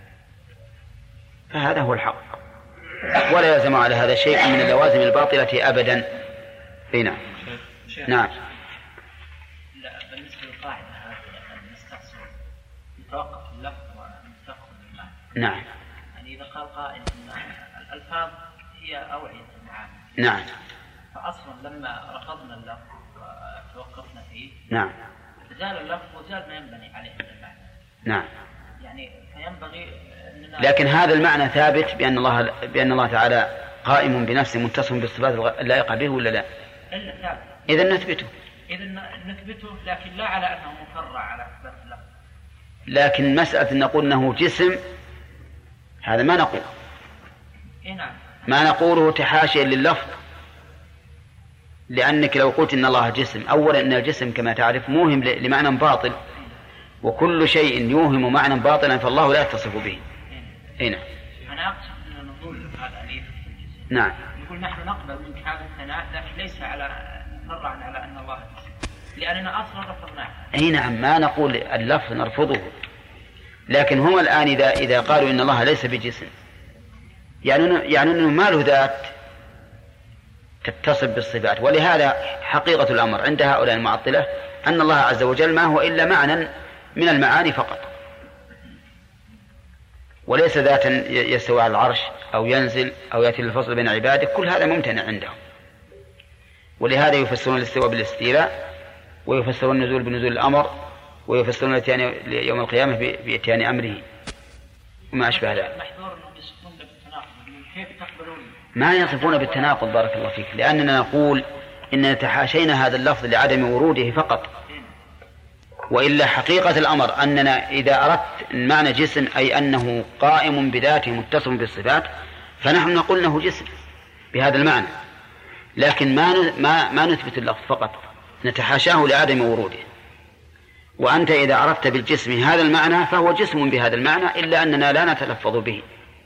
فهذا هو الحق، ولا يلزم على هذا شيء من اللوازم الباطلة أبدا. هنا نعم. لا بالنسبة للقاعدة هذه نستقصد نتوقف اللفظ ونستقصد المعنى. نعم. يعني إذا قال قائل أن الألفاظ هي أوعية المعاني. نعم. فأصلا لما رفضنا اللفظ وتوقفنا فيه. نعم. زال اللفظ وزال ما ينبني عليه من المعنى. نعم. يعني فينبغي أننا لكن هذا المعنى ثابت بأن الله بأن الله تعالى قائم بنفسه متصف بالصفات اللائقة به ولا لا؟ إلا ثابت. إذا نثبته. إذا نثبته لكن لا على أنه مفرع على إثبات اللفظ. لكن مسألة أن نقول أنه جسم هذا ما نقول. إيه نعم. ما نقوله تحاشيا لللفظ، لأنك لو قلت إن الله جسم، أولا أن الجسم كما تعرف موهم لمعنى باطل، وكل شيء يوهم معنى باطلا فالله لا يتصف به. هنا أنا أقصد أن نقول هذا أليف الجسم. نعم. نقول نحن نقبل منك هذا الثناء لكن ليس على فرعا على أن الله جسم، لأننا أصلا رفضناه. أي نعم، ما نقول اللفظ نرفضه، لكن هم الآن إذا إذا قالوا إن الله ليس بجسم يعني يعني أنه ما له ذات تتصف بالصفات. ولهذا حقيقة الأمر عند هؤلاء المعطلة أن الله عز وجل ما هو إلا معنى من المعاني فقط، وليس ذاتا يستوى على العرش أو ينزل أو يأتي للفصل بين عباده، كل هذا ممتنع عندهم. ولهذا يفسرون الاستواء بالاستيلاء، ويفسرون النزول بنزول الأمر، ويفسرون الاتيان يوم القيامة بإتيان أمره وما أشبه ذلك. ما يصفون بالتناقض بارك الله فيك، لأننا نقول إننا تحاشينا هذا اللفظ لعدم وروده فقط، وإلا حقيقة الأمر أننا إذا أردت معنى جسم أي أنه قائم بذاته متصف بالصفات فنحن نقول أنه جسم بهذا المعنى، لكن ما ما ما نثبت اللفظ فقط، نتحاشاه لعدم وروده. وأنت إذا أردت بالجسم هذا المعنى فهو جسم بهذا المعنى، إلا أننا لا نتلفظ به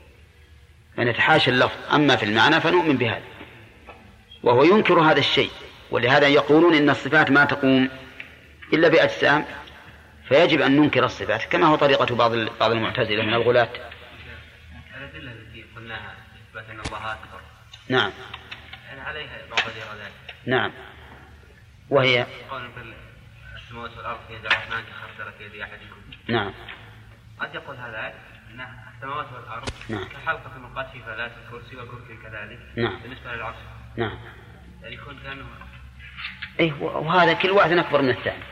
فنتحاشى اللفظ، أما في المعنى فنؤمن بهذا. وهو ينكر هذا الشيء، ولهذا يقولون إن الصفات ما تقوم إلا بأجسام، فيجب أن ننكر الصفات كما هو طريقة بعض بعض المعتزلة من الغلاة. الأدلة التي قلناها إثبات أن الله أكبر. نعم. يعني عليها بعض الإرادات. نعم. وهي قول مثل السماوات والأرض يجعل الرحمن كخردلة في يد أحدكم. نعم. قد يقول هذا أن السماوات والأرض نعم. كحلقة من في فلات الكرسي والكرسي كذلك. نعم. بالنسبة للعرش. نعم. يعني يكون كأنه. إيه وهذا كل واحد أكبر من الثاني.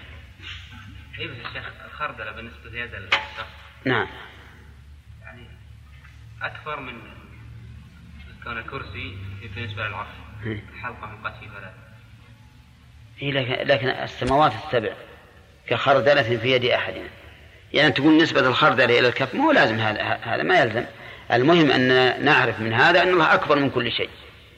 إيه بس الشيخ الخردلة بالنسبة ليد الشخص. نعم. يعني أكبر من كون الكرسي بالنسبة للعرش. حلقة من في فلات. إيه لكن, لكن السماوات السبع كخردلة في يد أحدنا، يعني تقول نسبة الخردلة إلى الكف مو لازم، هذا هذا ما يلزم. المهم أن نعرف من هذا أن الله أكبر من كل شيء.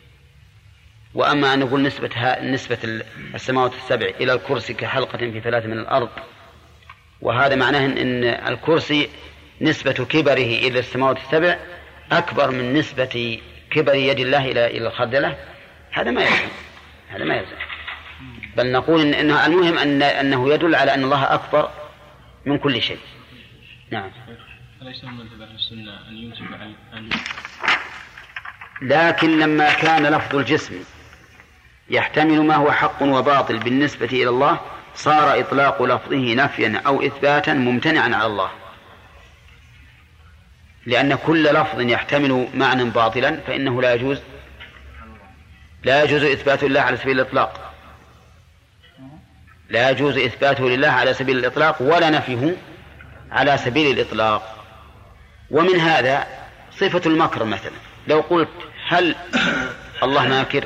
وأما أن نقول نسبة نسبة السماوات السبع إلى الكرسي كحلقة في ثلاث من الأرض، وهذا معناه أن الكرسي نسبة كبره إلى السماوات السبع أكبر من نسبة كبر يد الله إلى إلى الخردلة، هذا ما يلزم، هذا ما يلزم. بل نقول إن إنه المهم أن أنه يدل على أن الله أكبر من كل شيء. نعم. أليس من مذهب السنة أن ينسب أن لكن لما كان لفظ الجسم يحتمل ما هو حق وباطل بالنسبة إلى الله صار إطلاق لفظه نفيا أو إثباتا ممتنعا على الله، لأن كل لفظ يحتمل معنى باطلا فإنه لا يجوز لا يجوز إثبات الله على سبيل الإطلاق، لا يجوز إثباته لله على سبيل الإطلاق ولا نفيه على سبيل الإطلاق. ومن هذا صفة المكر مثلا، لو قلت هل الله ماكر؟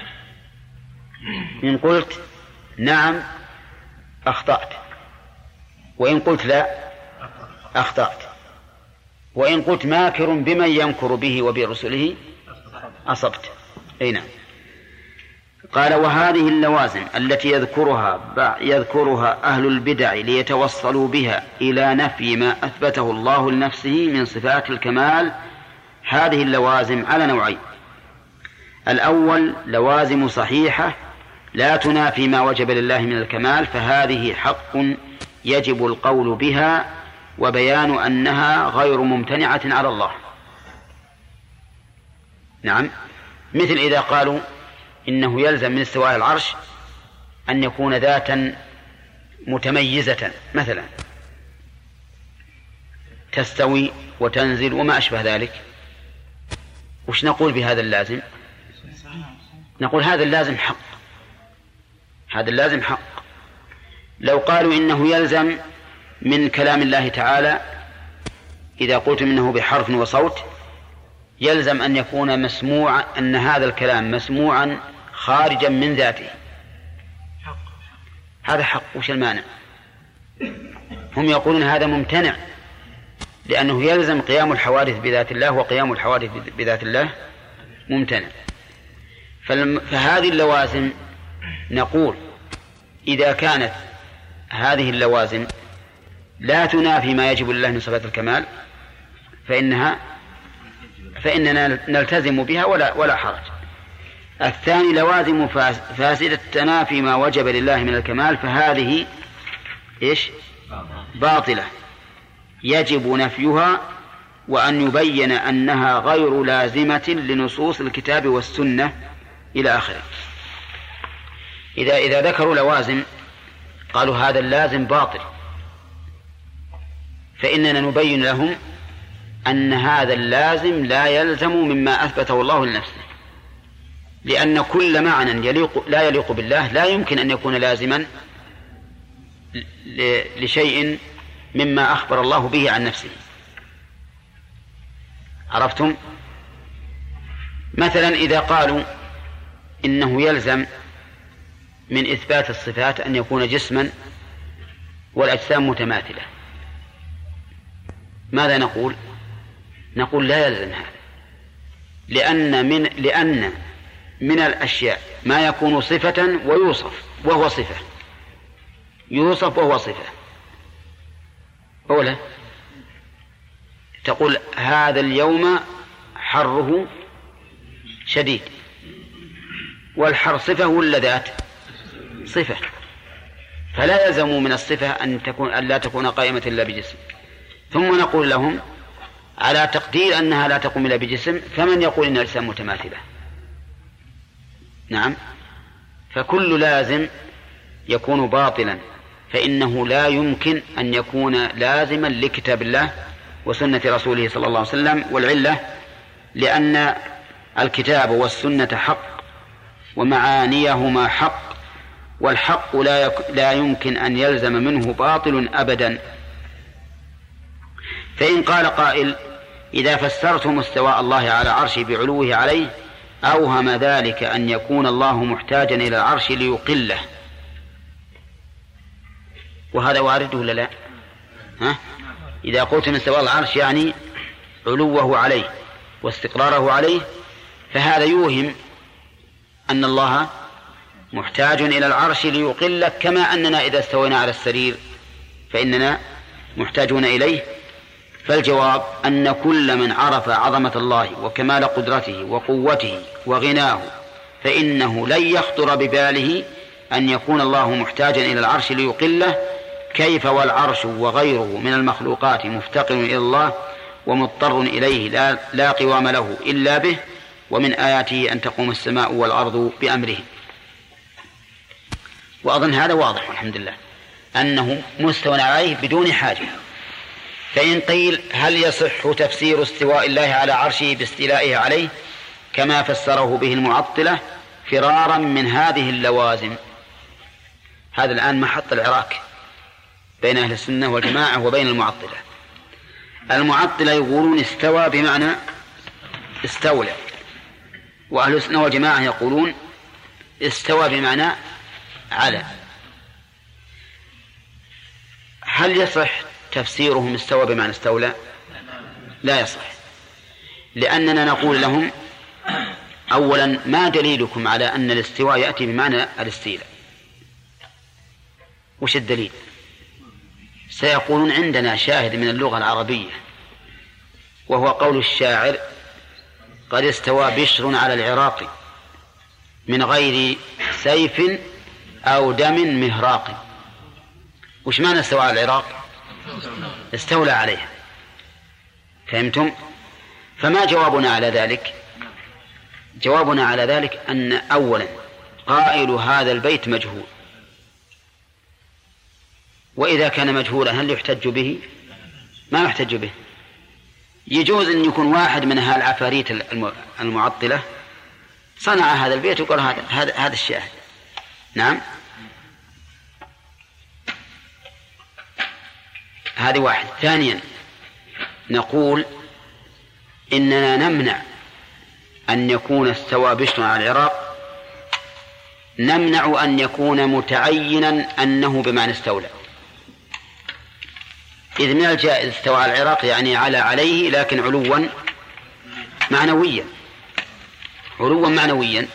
إن قلت نعم أخطأت، وإن قلت لا أخطأت، وإن قلت ماكر بمن يمكر به وبرسله أصبت. أي نعم. قال وهذه اللوازم التي يذكرها يذكرها أهل البدع ليتوصلوا بها إلى نفي ما أثبته الله لنفسه من صفات الكمال، هذه اللوازم على نوعين: الأول لوازم صحيحة لا تنافي ما وجب لله من الكمال، فهذه حق يجب القول بها وبيان أنها غير ممتنعة على الله. نعم، مثل إذا قالوا إنه يلزم من استواء العرش أن يكون ذاتا متميزة مثلا، تستوي وتنزل وما أشبه ذلك. وش نقول بهذا اللازم؟ نقول هذا اللازم حق، هذا اللازم حق. لو قالوا إنه يلزم من كلام الله تعالى إذا قلتم إنه بحرف وصوت، يلزم أن يكون مسموعا، أن هذا الكلام مسموعا خارجا من ذاته، هذا حق. وش المانع؟ هم يقولون هذا ممتنع، لأنه يلزم قيام الحوادث بذات الله، وقيام الحوادث بذات الله ممتنع. فهذه اللوازم نقول إذا كانت هذه اللوازم لا تنافي ما يجب لله من صفات الكمال فإنها فإننا نلتزم بها ولا ولا حرج. الثاني لوازم فاسدة تنافي ما وجب لله من الكمال، فهذه إيش؟ باطلة، يجب نفيها وأن يبين أنها غير لازمة لنصوص الكتاب والسنة إلى آخره. إذا إذا ذكروا لوازم قالوا هذا اللازم باطل، فإننا نبين لهم أن هذا اللازم لا يلزم مما أثبته الله لنفسه، لأن كل معنى يليق لا يليق بالله لا يمكن أن يكون لازما لشيء مما أخبر الله به عن نفسه. عرفتم؟ مثلا إذا قالوا إنه يلزم من إثبات الصفات أن يكون جسما والأجسام متماثلة، ماذا نقول؟ نقول لا يلزم هذا، لأن من لأن من الأشياء ما يكون صفة ويوصف وهو صفة، يوصف وهو صفة. أولا تقول هذا اليوم حره شديد، والحر صفة ولا ذات؟ صفة، فلا يلزم من الصفة أن تكون أن لا تكون قائمة إلا بجسم. ثم نقول لهم على تقدير أنها لا تقوم إلا بجسم، فمن يقول إن الأجسام متماثلة؟ نعم، فكل لازم يكون باطلا، فإنه لا يمكن أن يكون لازما لكتاب الله وسنة رسوله صلى الله عليه وسلم. والعلة لأن الكتاب والسنة حق ومعانيهما حق، والحق لا, يك... لا يمكن أن يلزم منه باطل أبدا. فإن قال قائل إذا فسرتم استواء الله على عرشه بعلوه عليه أوهم ذلك أن يكون الله محتاجا إلى العرش ليقله، وهذا وارد ولا لا؟ ها؟ إذا قلتم استواء العرش يعني علوه عليه واستقراره عليه، فهذا يوهم أن الله محتاج إلى العرش ليقله، كما أننا إذا استوينا على السرير فإننا محتاجون إليه. فالجواب أن كل من عرف عظمة الله وكمال قدرته وقوته وغناه فإنه لن يخطر بباله أن يكون الله محتاجا إلى العرش ليقله، كيف والعرش وغيره من المخلوقات مفتقر إلى الله ومضطر إليه لا, لا قوام له إلا به، ومن آياته أن تقوم السماء والأرض بأمره. وأظن هذا واضح والحمد لله أنه مستوى عليه بدون حاجة. فإن قيل هل يصح تفسير استواء الله على عرشه باستيلائه عليه كما فسره به المعطلة فرارا من هذه اللوازم؟ هذا الآن محط العراك بين أهل السنة والجماعة وبين المعطلة. المعطلة يقولون استوى بمعنى استولى، وأهل السنة والجماعة يقولون استوى بمعنى على. هل يصح تفسيرهم استوى بمعنى استولى؟ لا يصح، لأننا نقول لهم أولا ما دليلكم على أن الاستواء يأتي بمعنى الاستيلاء؟ وش الدليل؟ سيقولون عندنا شاهد من اللغة العربية وهو قول الشاعر قد استوى بشر على العراق من غير سيف أو دم مهراق. وش معنى استوى على العراق؟ استولى عليها. فهمتم؟ فما جوابنا على ذلك؟ جوابنا على ذلك أن أولا قائل هذا البيت مجهول، وإذا كان مجهولا هل يحتج به؟ ما يحتج به. يجوز أن يكون واحد من هالعفاريت المعطلة صنع هذا البيت وقال هذا هذا هذا الشاهد. نعم، هذه واحد. ثانيا نقول إننا نمنع أن يكون استوى بشر على العراق، نمنع أن يكون متعينا أنه بمعنى استولى، إذ من الجائز استوى على العراق يعني على عليه لكن علوا معنويا، علوا معنويا.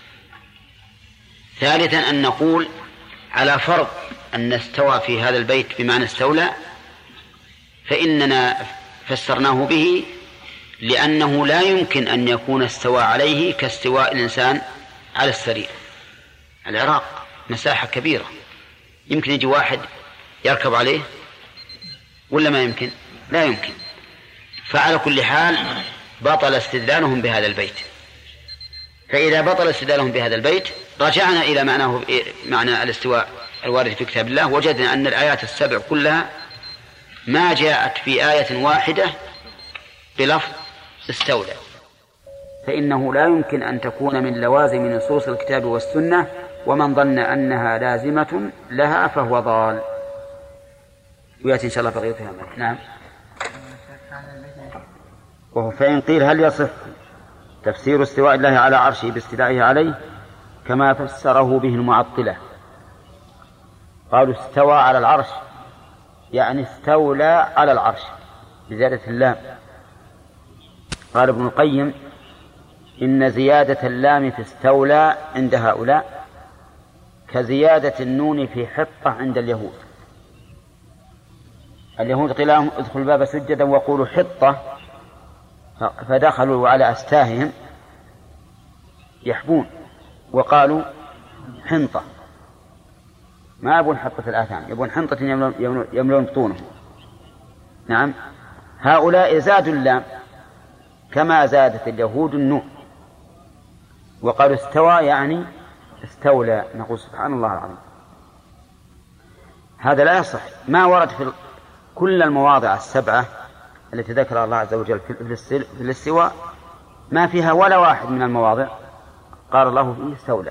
ثالثا أن نقول على فرض أن استوى في هذا البيت بمعنى استولى فإننا فسرناه به لأنه لا يمكن أن يكون استوى عليه كاستواء الإنسان على السرير. العراق مساحة كبيرة، يمكن يجي واحد يركب عليه ولا ما يمكن؟ لا يمكن. فعلى كل حال بطل استدلالهم بهذا البيت. فإذا بطل استدلالهم بهذا البيت رجعنا إلى معناه معنى الاستواء الوارد في كتاب الله، وجدنا أن الآيات السبع كلها ما جاءت في آية واحدة بلفظ استولى، فإنه لا يمكن أن تكون من لوازم نصوص الكتاب والسنة، ومن ظن أنها لازمة لها فهو ضال. ويأتي إن شاء الله بقيتها. نعم. وهو فإن قيل هل يصح تفسير استواء الله على عرشه باستيلائه عليه كما فسره به المعطلة؟ قالوا استوى على العرش يعني استولى على العرش بزيادة اللام. قال ابن القيم إن زيادة اللام في استولى عند هؤلاء كزيادة النون في حطة عند اليهود. اليهود قيل لهم ادخلوا الباب سجدا وقولوا حطة، فدخلوا على أستاههم يحبون وقالوا حنطة، ما يبون حطة الآثام، يبون حنطة يملون بطونهم. نعم، هؤلاء زادوا اللام كما زادت اليهود النون وقالوا استوى يعني استولى. نقول سبحان الله العظيم، هذا لا يصح. ما ورد في كل المواضع السبعة التي ذكر الله عز وجل في الاستواء ما فيها ولا واحد من المواضع قال الله فيه استولى.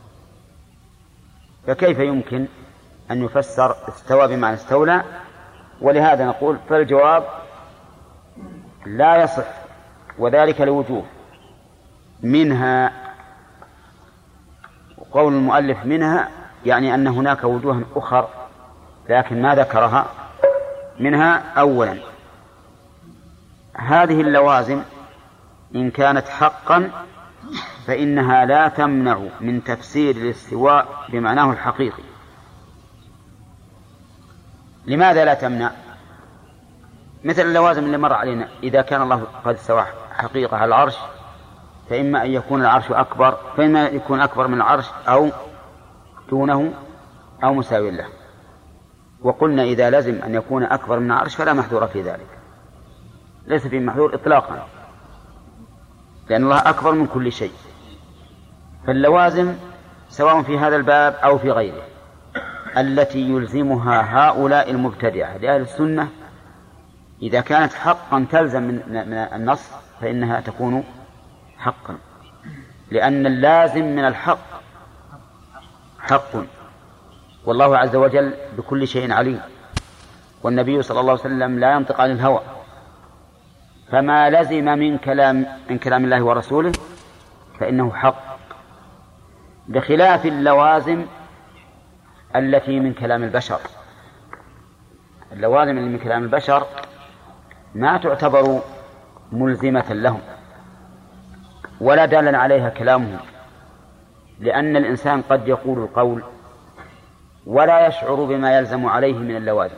فكيف يمكن أن يفسر استوى بمعنى استولى؟ ولهذا نقول فالجواب لا يصح، وذلك لوجوه. منها قول المؤلف منها يعني أن هناك وجوه أخر لكن ما ذكرها. منها أولا هذه اللوازم إن كانت حقا فإنها لا تمنع من تفسير الاستواء بمعناه الحقيقي. لماذا لا تمنع؟ مثل اللوازم اللي مر علينا، إذا كان الله قد استوى حقيقة على العرش فإما أن يكون العرش أكبر، فإما يكون أكبر من العرش أو دونه أو مساوي له. وقلنا إذا لزم أن يكون أكبر من العرش فلا محذور في ذلك، ليس فيه محذور إطلاقا، لأن الله أكبر من كل شيء. فاللوازم سواء في هذا الباب أو في غيره التي يلزمها هؤلاء المبتدعة لأهل السنة إذا كانت حقا تلزم من النص فإنها تكون حقا، لأن اللازم من الحق حق، والله عز وجل بكل شيء عليم، والنبي صلى الله عليه وسلم لا ينطق عن الهوى، فما لزم من كلام من كلام الله ورسوله فإنه حق، بخلاف اللوازم التي من كلام البشر. اللوازم اللي من كلام البشر ما تعتبر ملزمة لهم ولا دالا عليها كلامهم، لأن الإنسان قد يقول القول ولا يشعر بما يلزم عليه من اللوازم.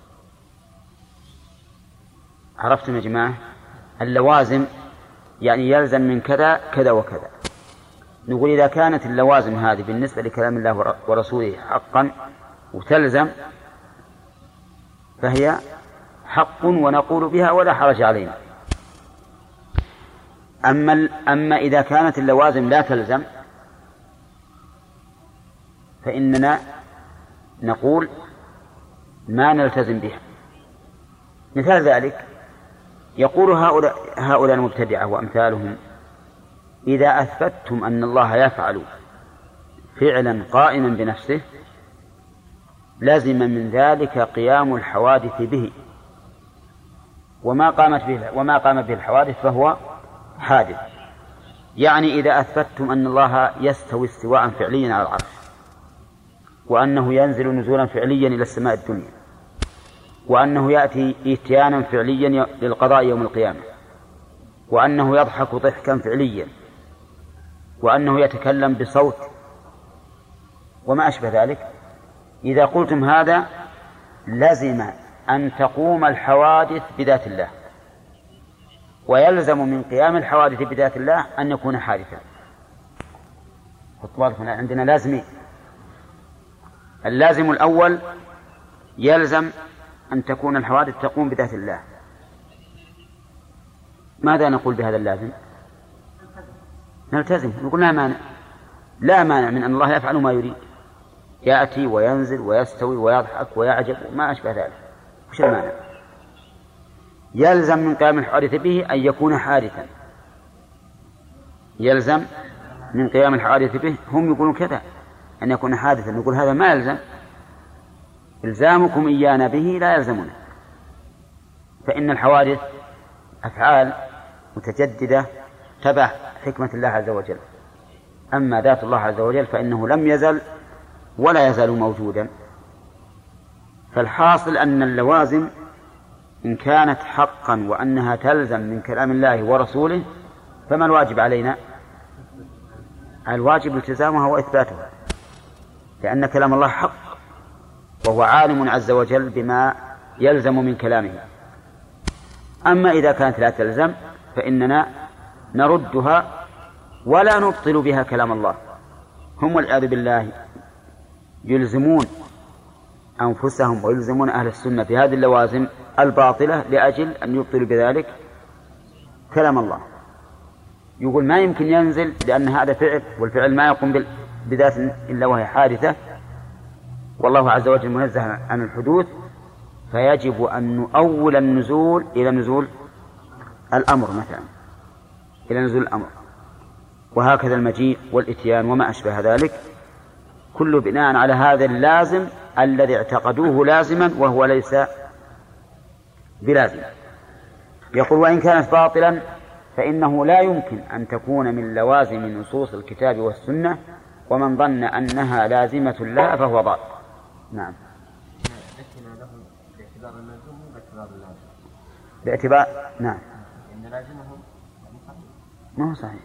عرفتم يا جماعة؟ اللوازم يعني يلزم من كذا كذا وكذا، نقول إذا كانت اللوازم هذه بالنسبة لكلام الله ورسوله حقا وتلزم فهي حق ونقول بها ولا حرج علينا. أما, أما إذا كانت اللوازم لا تلزم فإننا نقول ما نلتزم بها. مثال ذلك يقول هؤلاء, هؤلاء المبتدعة وأمثالهم: إذا أثبتتم أن الله يفعل فعلا قائما بنفسه لازم من ذلك قيام الحوادث به، وما قامت به وما قامت به الحوادث فهو حادث. يعني إذا أثبتتم أن الله يستوي استواء فعليا على العرش، وأنه ينزل نزولا فعليا إلى السماء الدنيا، وأنه يأتي إتيانا فعليا للقضاء يوم القيامة، وأنه يضحك ضحكا فعليا، وأنه يتكلم بصوت وما أشبه ذلك، إذا قلتم هذا لزم أن تقوم الحوادث بذات الله، ويلزم من قيام الحوادث بذات الله أن يكون حادثا. عندنا لازمين: اللازم الأول يلزم أن تكون الحوادث تقوم بذات الله. ماذا نقول بهذا اللازم؟ نلتزم، نقول لا مانع، لا مانع من أن الله يفعل ما يريد، يأتي وينزل ويستوي ويضحك ويعجب وما أشبه ذلك. وش المانع؟ يلزم من قيام الحوادث به أن يكون حادثا، يلزم من قيام الحوادث به. هم يقولون كذا أن يكون حادثا، نقول هذا ما يلزم، إلزامكم إيانا به لا يلزمنا، فإن الحوادث أفعال متجددة تبع حكمة الله عز وجل. أما ذات الله عز وجل فإنه لم يزل ولا يزال موجودا. فالحاصل أن اللوازم إن كانت حقا وأنها تلزم من كلام الله ورسوله فما الواجب علينا؟ الواجب التزامها وإثباتها، لأن كلام الله حق وهو عالم عز وجل بما يلزم من كلامه. أما إذا كانت لا تلزم فإننا نردها ولا نبطل بها كلام الله. هم والعياذ بالله يلزمون أنفسهم ويلزمون أهل السنة في هذه اللوازم الباطلة لأجل أن يبطلوا بذلك كلام الله. يقول ما يمكن ينزل لأن هذا فعل، والفعل ما يقوم بذات إلا وهي حادثة، والله عز وجل منزه عن الحدوث، فيجب أن نؤول النزول إلى نزول الأمر مثلا، إلى نزول الأمر. وهكذا المجيء والإتيان وما أشبه ذلك كله بناء على هذا اللازم الذي اعتقدوه لازما وهو ليس بلازم. يقول: وإن كانت باطلا فإنه لا يمكن أن تكون من لوازم نصوص الكتاب والسنة، ومن ظن أنها لازمة لها فهو ضال. نعم. باعتبار اللازم باعتبار اللازم باعتبار نعم إن لازمهم ما هو صحيح.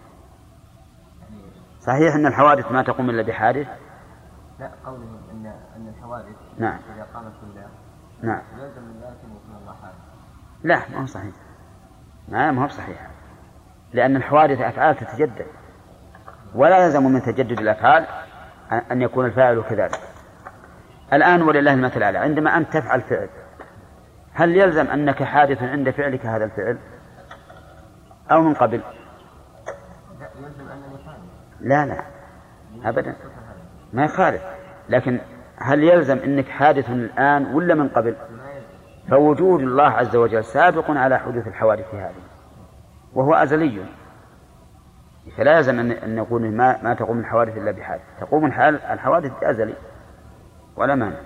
صحيح أن الحوادث ما تقوم إلا بحادث. لا، قولهم أن أن الحوادث نعم إذا قامت بالله نعم لازم من ذلك أن يكون الله حادث. لا، ما هو صحيح. ما ما هو صحيح، لأن الحوادث أفعال تتجدد، ولا يلزم من تجدد الأفعال أن يكون الفاعل كذلك. الآن ولله المثل الأعلى، عندما أنت تفعل فعل هل يلزم أنك حادث عند فعلك هذا الفعل أو من قبل؟ لا، يلزم أنني حادث. لا لا أبدا ما يخالف، لكن هل يلزم أنك حادث الآن ولا من قبل؟ فوجود الله عز وجل سابق على حدوث الحوادث هذه وهو أزلي، فلا يلزم أن نقول ما, ما تقوم الحوادث إلا بحادث، تقوم الحوادث أزلي ولا مانع.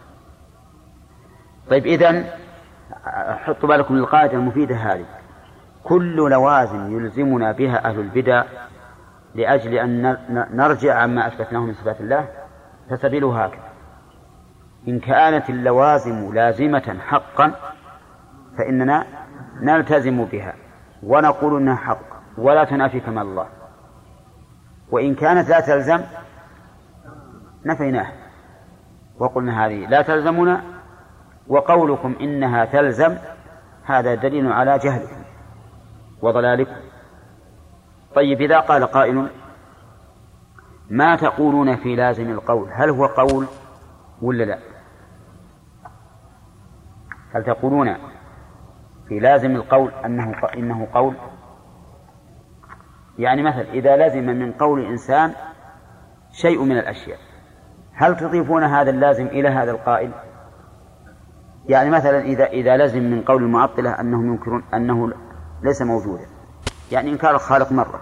طيب إذن حطوا بالكم للقاعدة المفيدة هذه: كل لوازم يلزمنا بها أهل البدع لأجل أن نرجع عما أثبتناه من صفات الله فسبيله هكذا: إن كانت اللوازم لازمة حقا فإننا نلتزم بها ونقول إنها حق ولا تنافي كمال الله، وإن كانت لا تلزم نفيناها وقلنا هذه لا تلزمنا، وقولكم إنها تلزم هذا دليل على جهلكم وضلالكم. طيب إذا قال قائل: ما تقولون في لازم القول؟ هل هو قول ولا لا؟ هل تقولون في لازم القول أنه إنه قول؟ يعني مثلا إذا لزم من قول إنسان شيء من الأشياء، هل تضيفون هذا اللازم إلى هذا القائل؟ يعني مثلا إذا إذا لزم من قول المعطلة أنهم ينكرون أنه ليس موجودا، يعني إنكار الخالق مرة،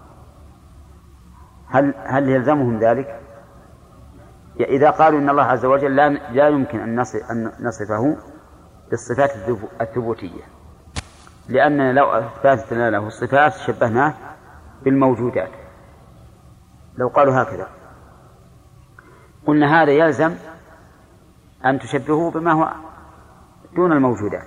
هل هل يلزمهم ذلك؟ إذا قالوا إن الله عز وجل لا لا يمكن أن نصفه بالصفات الثبوتية، لأننا لو أثبتنا له الصفات شبهناه بالموجودات. لو قالوا هكذا قلنا هذا يلزم أن تشبهه بما هو دون الموجودات،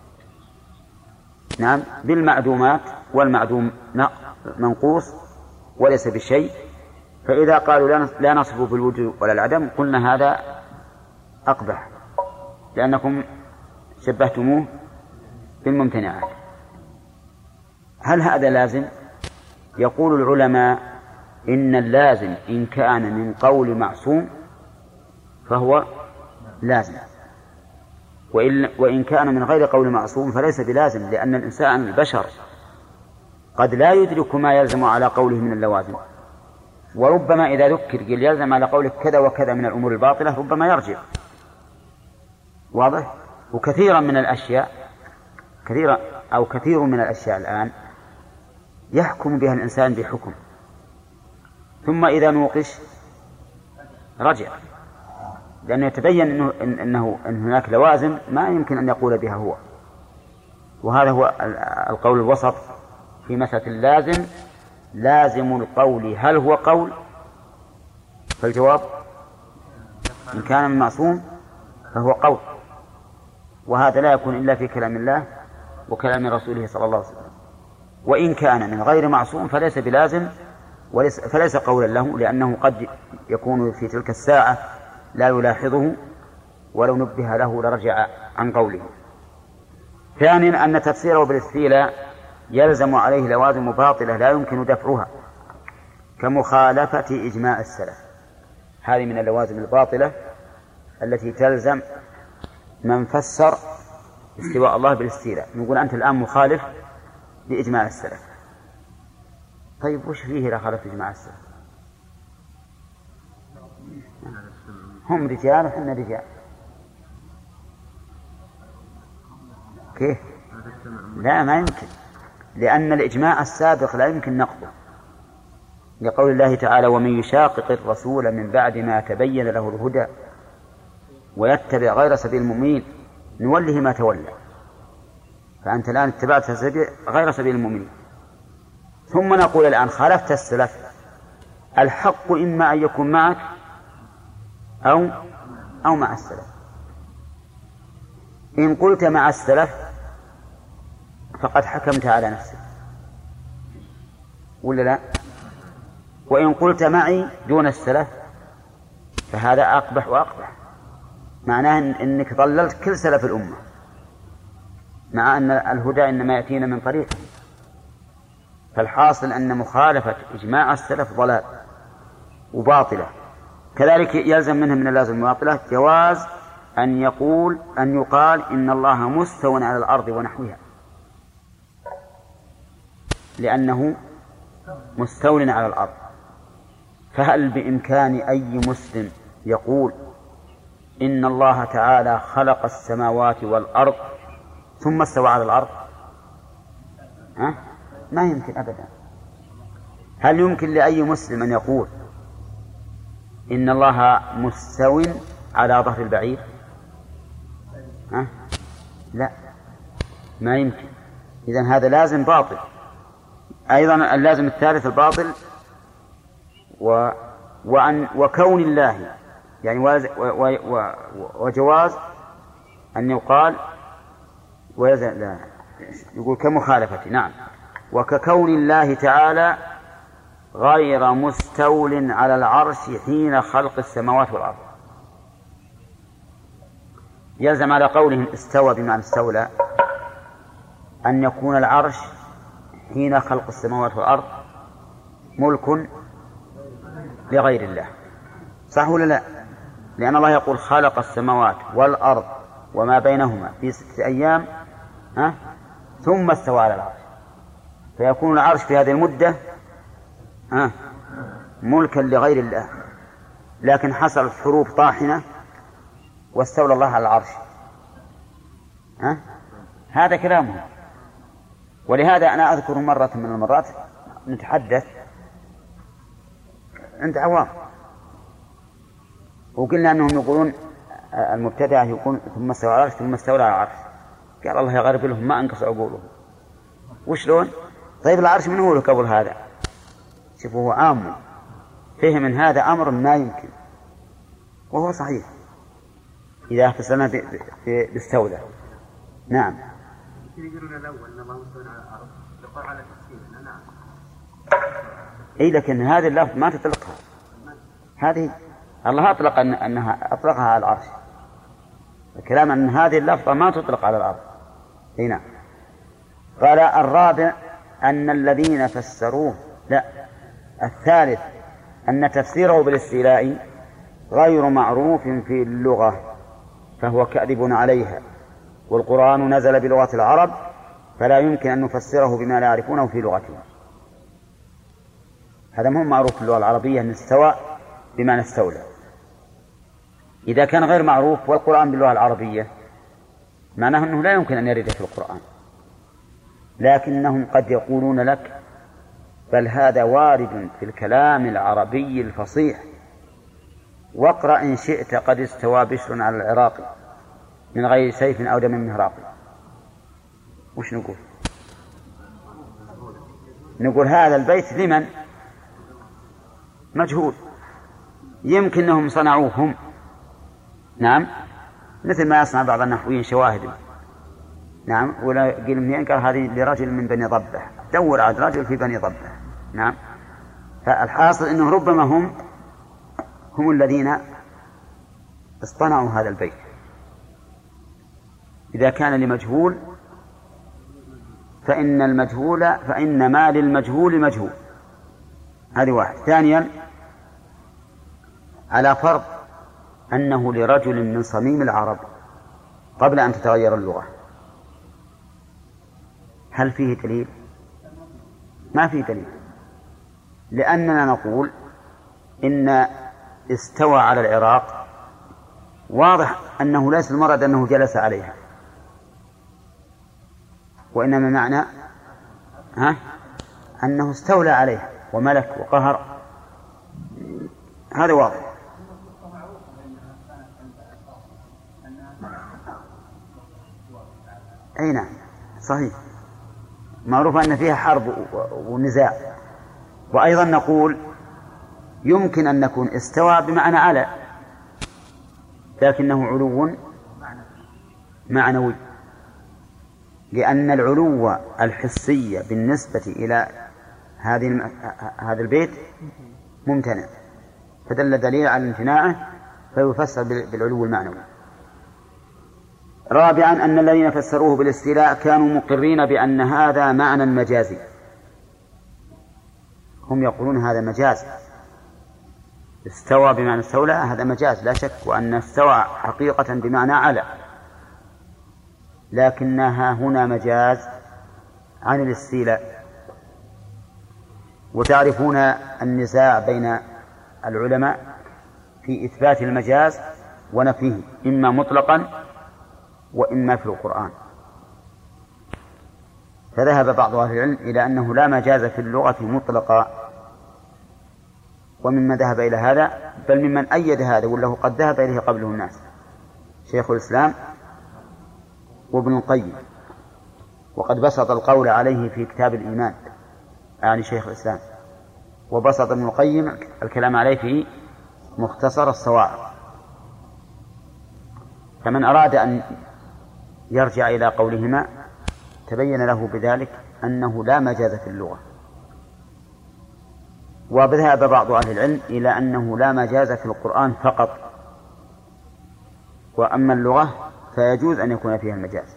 نعم، بالمعدومات، والمعدوم منقوص وليس بشيء. فإذا قالوا لا نصفه بالوجود ولا العدم قلنا هذا أقبح، لأنكم شبهتموه بالممتنعات. هل هذا لازم؟ يقول العلماء إن اللازم إن كان من قول معصوم فهو لازم، وإن كان من غير قول معصوم فليس بلازم، لأن الإنسان البشر قد لا يدرك ما يلزم على قوله من اللوازم، وربما إذا ذكر قل يلزم على قولك كذا وكذا من الأمور الباطلة ربما يرجع. واضح؟ وكثيرا من الأشياء كثيرا أو كثير من الأشياء الآن يحكم بها الإنسان بحكم، ثم إذا نوقش رجع، لأنه يتبين إنه, إنه إن هناك لوازم ما يمكن أن يقول بها هو. وهذا هو القول الوسط في مسألة اللازم. لازم القول هل هو قول؟ فالجواب إن كان من معصوم فهو قول، وهذا لا يكون إلا في كلام الله وكلام رسوله صلى الله عليه وسلم. وإن كان من غير معصوم فليس بلازم وليس فليس قولا له، لأنه قد يكون في تلك الساعة لا يلاحظه، ولو نبه له لرجع عن قوله. ثانيا أن تفسيره بالاستيلاء يلزم عليه لوازم باطلة لا يمكن دفعها، كمخالفة إجماع السلف. هذه من اللوازم الباطلة التي تلزم من فسر استواء الله بالاستيلاء. نقول أنت الآن مخالف لإجماع السلف. طيب وش فيه لا خالف إجماع السلف؟ هم رجال وحنا رجال، كيف؟ لا ما يمكن، لأن الإجماع السابق لا يمكن نقضه، لقول الله تعالى ومن يشاقق الرسول من بعد ما تبين له الهدى ويتبع غير سبيل المؤمنين نوله ما تولى. فأنت الآن اتبعت غير سبيل المؤمنين، ثم نقول الآن خالفت السلف. الحق إما أن يكون معك أو أو مع السلف. إن قلت مع السلف فقد حكمت على نفسك ولا لا؟ وإن قلت معي دون السلف فهذا أقبح وأقبح، معناه إنك ضللت كل سلف الأمة، مع أن الهدى إنما يأتينا من طريق. فالحاصل أن مخالفة إجماع السلف ضلال وباطلة. كذلك يلزم منها من اللازم المباطلة جواز أن يقول أن يقال إن الله مستو على الأرض ونحوها، لأنه مستو على الأرض. فهل بإمكان أي مسلم يقول إن الله تعالى خلق السماوات والأرض ثم استوى على الأرض؟ ها؟ ما يمكن أبدا. هل يمكن لأي مسلم أن يقول إن الله مستو على ظهر البعير؟ ها؟ لا، ما يمكن. إذن هذا لازم باطل. أيضا اللازم الثالث الباطل و... وأن وكون الله يعني و... و... و... وجواز أن يقال ويزال لا يقول كمخالفة، نعم، وككون الله تعالى غير مستول على العرش حين خلق السماوات والأرض. يلزم على قولهم استوى بمعنى استولى أن يكون العرش حين خلق السماوات والأرض ملك لغير الله، صح ولا لا؟ لأن الله يقول خلق السماوات والأرض وما بينهما في ستة أيام ها ثم استوى على العرش، فيكون العرش في هذه المدة ها ملكا لغير الله، لكن حصلت حروب طاحنة واستولى الله على العرش. ها؟ هذا كلامه. ولهذا أنا أذكر مرة من المرات نتحدث عند عوام وقلنا أنهم يقولون المبتدعة يقول ثم استوى على العرش ثم استولى على العرش، قال الله يغرب لهم ما أنقص عقولهم. وشلون؟ طيب العرش من هو له قبل هذا؟ شوفوا هو عام فهم من هذا أمر ما يمكن، وهو صحيح إذا فسرنا باستولى. نعم. يقولون الأول أن الله مستوى على الأرض يقول على تفسير. نعم. إيه لكن هذه اللفظ ما تطلقها، هذه الله أطلق أن أنها أطلقها على العرش، الكلام أن هذه اللفظة ما تطلق على الأرض. هنا قال الرابع أن الذين فسروه لا الثالث أن تفسيره بالاستيلاء غير معروف في اللغة فهو كاذب عليها، والقرآن نزل بلغة العرب فلا يمكن أن نفسره بما لا يعرفونه في لغتهم. هذا مهم معروف في اللغة العربية أن استوى بما استولى. إذا كان غير معروف والقرآن باللغة العربية معناه أنه لا يمكن أن يرد في القرآن، لكنهم قد يقولون لك بل هذا وارد في الكلام العربي الفصيح، واقرأ إن شئت قد استوى بشر على العراق من غير سيف أو دم مهراق. وش نقول؟ نقول هذا البيت لمن؟ مجهول، يمكن أنهم صنعوه هم، نعم، مثل ما يصنع بعض النحويين شواهد، نعم، ولا قيل من ينكر هذه لرجل من بني ضبة، دور على رجل في بني ضبة، نعم. فالحاصل أنه ربما هم هم الذين اصطنعوا هذا البيت إذا كان لمجهول، فإن المجهول فإن ما للمجهول مجهول. هذه واحد. ثانيا على فرض أنه لرجل من صميم العرب قبل أن تتغير اللغة، هل فيه دليل؟ ما فيه دليل، لأننا نقول إن استوى على العراق واضح أنه ليس المراد أنه جلس عليها، وإنما معنى ها أنه استولى عليها وملك وقهر، هذا واضح. أي نعم صحيح، معروف أن فيها حرب ونزاع. وأيضا نقول يمكن أن نكون استوى بمعنى على، لكنه علو معنوي، لأن العلو الحسي بالنسبة إلى هذه هذا البيت ممتنع، فدل دليل على امتناعه فيفسر بالعلو المعنوي. رابعا أن الذين فسروه بالاستيلاء كانوا مقرين بأن هذا معنى مجازي، هم يقولون هذا مجاز، استوى بمعنى استولى هذا مجاز لا شك، وأن استوى حقيقة بمعنى على، لكنها هنا مجاز عن الاستيلاء. وتعرفون النزاع بين العلماء في إثبات المجاز ونفيه، إما مطلقا وإما في القرآن، فذهب بعض أهل العلم إلى أنه لا مجاز في اللغة مطلقا، وممن ذهب إلى هذا بل ممن أيد هذا وله قد ذهب إليه قبله الناس شيخ الإسلام وابن القيم، وقد بسط القول عليه في كتاب الإيمان يعني شيخ الإسلام، وبسط ابن القيم الكلام عليه في مختصر الصواعق. فمن أراد أن يرجع إلى قولهما تبين له بذلك أنه لا مجاز في اللغة. وذهب بعض أهل العلم إلى أنه لا مجاز في القرآن فقط، وأما اللغة فيجوز أن يكون فيها المجاز.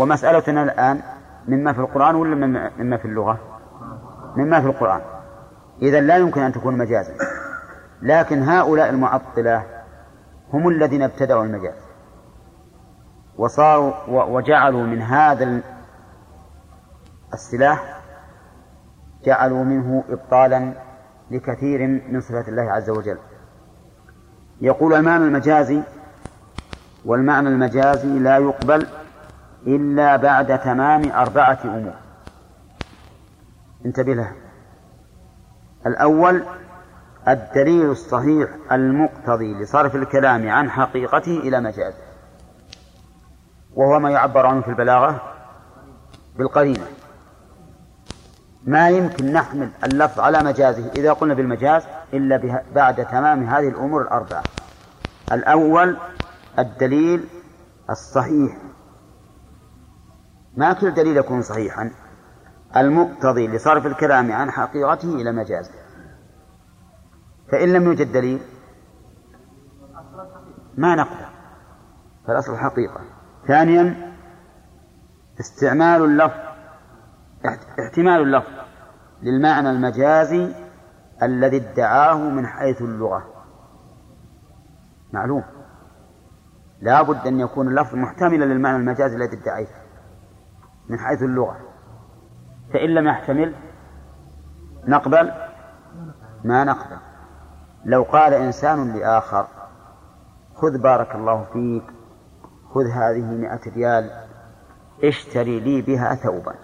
ومسألتنا الآن مما في القرآن ولا مما في اللغة؟ مما في القرآن. إذا لا يمكن أن تكون مجازا. لكن هؤلاء المعطلة هم الذين ابتدعوا المجاز وصاروا وجعلوا من هذا السلاح جعلوا منه إبطالا لكثير من صفات الله عز وجل. يقول المعنى المجازي والمعنى المجازي لا يقبل إلا بعد تمام أربعة أمور. انتبه له. الأول الدليل الصحيح المقتضي لصرف الكلام عن حقيقته إلى مجازه، وهو ما يعبر عنه في البلاغة بالقرينة. ما يمكن نحمل اللفظ على مجازه إذا قلنا بالمجاز إلا بعد تمام هذه الأمور الأربعة. الأول الدليل الصحيح، ما كل دليل يكون صحيحا، المقتضي لصرف الكلام عن حقيقته إلى مجازه. فإن لم يوجد دليل ما نقبل، فالأصل الحقيقة. ثانيا استعمال اللفظ احتمال اللفظ للمعنى المجازي الذي ادعاه من حيث اللغة. معلوم لا بد أن يكون اللفظ محتملا للمعنى المجازي الذي ادعيه من حيث اللغة. فإن لم يحتمل نقبل ما نقبل. لو قال إنسان لآخر خذ بارك الله فيك خذ هذه مئة ريال اشتري لي بها ثوبا،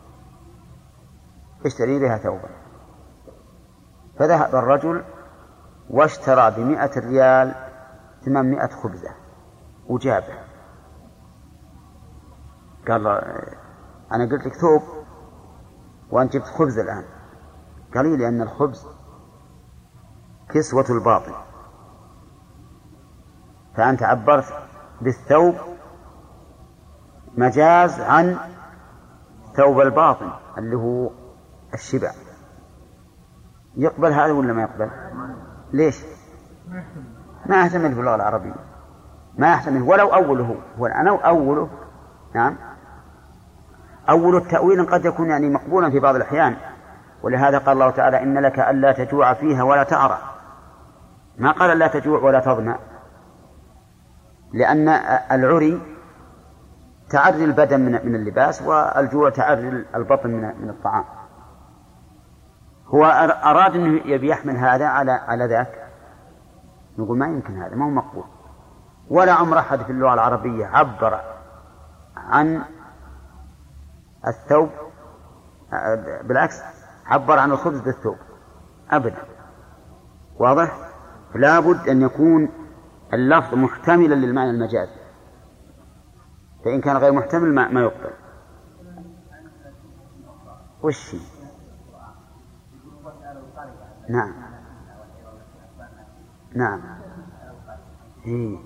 اشتري بها ثوبا، فذهب الرجل واشترى بمئة ريال ثمانمائة خبزة وجابه. قال أنا قلت لك ثوب وأنت جبت خبز الآن. قال لي لأن الخبز كسوة الباطن، فأنت عبرت بالثوب مجاز عن ثوب الباطن اللي هو الشبع. يقبل هذا ولا ما يقبل؟ ليش؟ ما يحتمل في اللغة العربية، ما يحتمل ولو أوله هو أنا أوله. نعم أول التأويل قد يكون يعني مقبولا في بعض الأحيان، ولهذا قال الله تعالى إن لك ألا تجوع فيها ولا تعرى، ما قال لا تجوع ولا تظمأ، لأن العري تعري البدن من اللباس والجوع تعري البطن من الطعام. هو أراد أنه يبي يحمل هذا على على ذاك، نقول ما يمكن، هذا ما هو مقبول. ولا عمر أحد في اللغة العربية عبر عن الثوب بالعكس، عبر عن الخبز بالثوب أبدا. واضح؟ لا بد أن يكون اللفظ محتملا للمعنى المجازي، فإن كان غير محتمل ما, ما يقبل. وش هي؟ نعم نعم هي.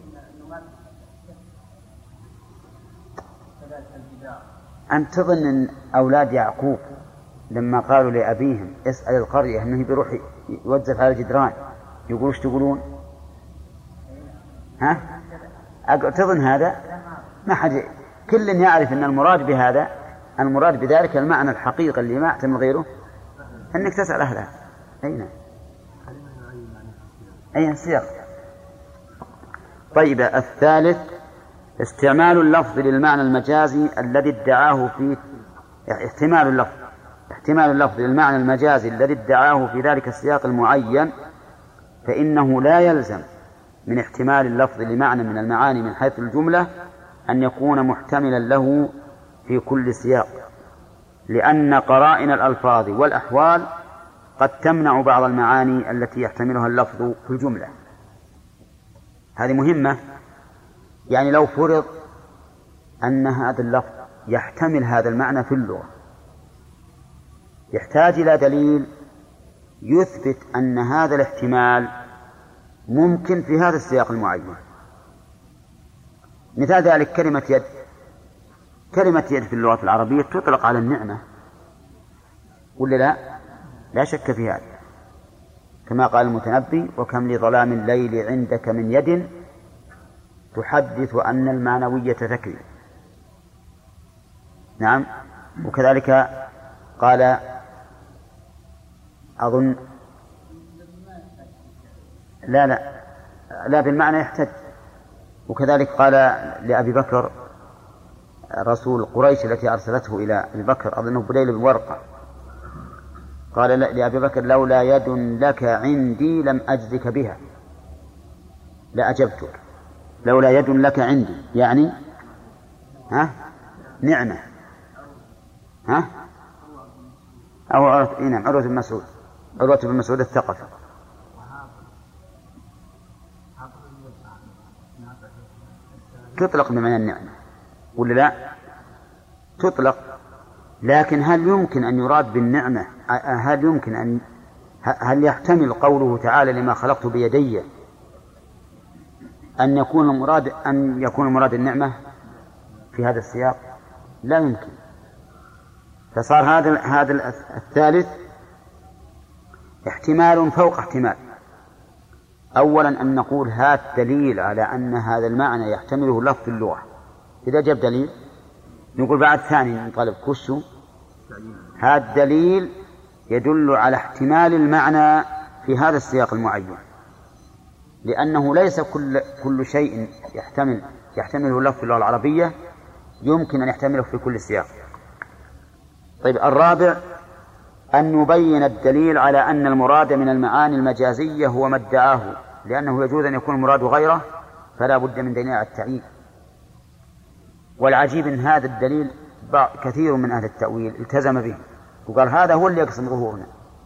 أنت تظن أن أولاد يعقوب لما قالوا لأبيهم اسأل القرية أنه بيروح يوزف على الجدران يقولوا ايش تقولون؟ ها؟ تظن هذا؟ ما حد، كل يعرف أن المراد بهذا، المراد بذلك المعنى الحقيقي اللي ما يحتمل غيره، أنك تسأل أهلها. أين؟ أين السياق؟ طيب الثالث استعمال اللفظ للمعنى المجازي الذي ادعاه في احتمال اللفظ احتمال اللفظ للمعنى المجازي الذي ادعاه في ذلك السياق المعين، فإنه لا يلزم من احتمال اللفظ لمعنى من المعاني من حيث الجملة أن يكون محتملا له في كل سياق، لأن قرائن الألفاظ والأحوال قد تمنع بعض المعاني التي يحتملها اللفظ في الجملة. هذه مهمة. يعني لو فرض أن هذا اللفظ يحتمل هذا المعنى في اللغة، يحتاج إلى دليل يثبت أن هذا الاحتمال ممكن في هذا السياق المعين. مثال ذلك كلمة يد. كلمة يد في اللغة العربية تطلق على النعمة ولا لا؟ لا شك في هذا، كما قال المتنبي وكم لظلام الليل عندك من يد تحدث أن المعنوية تكري. نعم. وكذلك قال أظن لا لا لا بالمعنى يحتج. وكذلك قال لأبي بكر رسول قريش التي أرسلته إلى أبي بكر أظنه بديل بن ورقة، قال لأبي بكر لولا يد لك عندي لم أجزك بها لأجبتك. لولا يد لك عندي يعني ها نعمة ها أو عروة نعم عروة بن مسعود عروة بن مسعود الثقفي. تطلق بمعنى النعمة ولا لا؟ تطلق، لكن هل يمكن أن يراد بالنعمة هل يمكن أن هل يحتمل قوله تعالى لما خلقت بيدي أن يكون المراد أن يكون المراد النعمة في هذا السياق؟ لا يمكن. فصار هذا هذا الثالث احتمال فوق احتمال. أولا أن نقول هذا دليل على أن هذا المعنى يحتمله لفظ اللغة. إذا جاب دليل نقول بعد ثاني نطالب كشو هذا دليل يدل على احتمال المعنى في هذا السياق المعين، لأنه ليس كل كل شيء يحتمل يحتمله لفظ اللغة العربية يمكن أن يحتمله في كل سياق. طيب الرابع أن يبين الدليل على أن المراد من المعاني المجازية هو ما ادعاه، لأنه يجوز أن يكون المراد غيره فلا بد من دليل على التعيين. والعجيب أن هذا الدليل كثير من أهل التأويل التزم به وقال هذا هو اللي يقسم ظهورنا،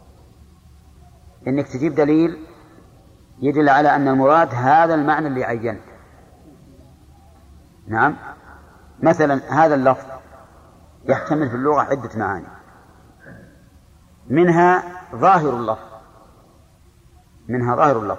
إنك تجيب دليل يدل على أن المراد هذا المعنى اللي عينت. نعم، مثلا هذا اللفظ يحتمل في اللغة عدة معاني، منها ظاهر اللفظ منها ظاهر اللفظ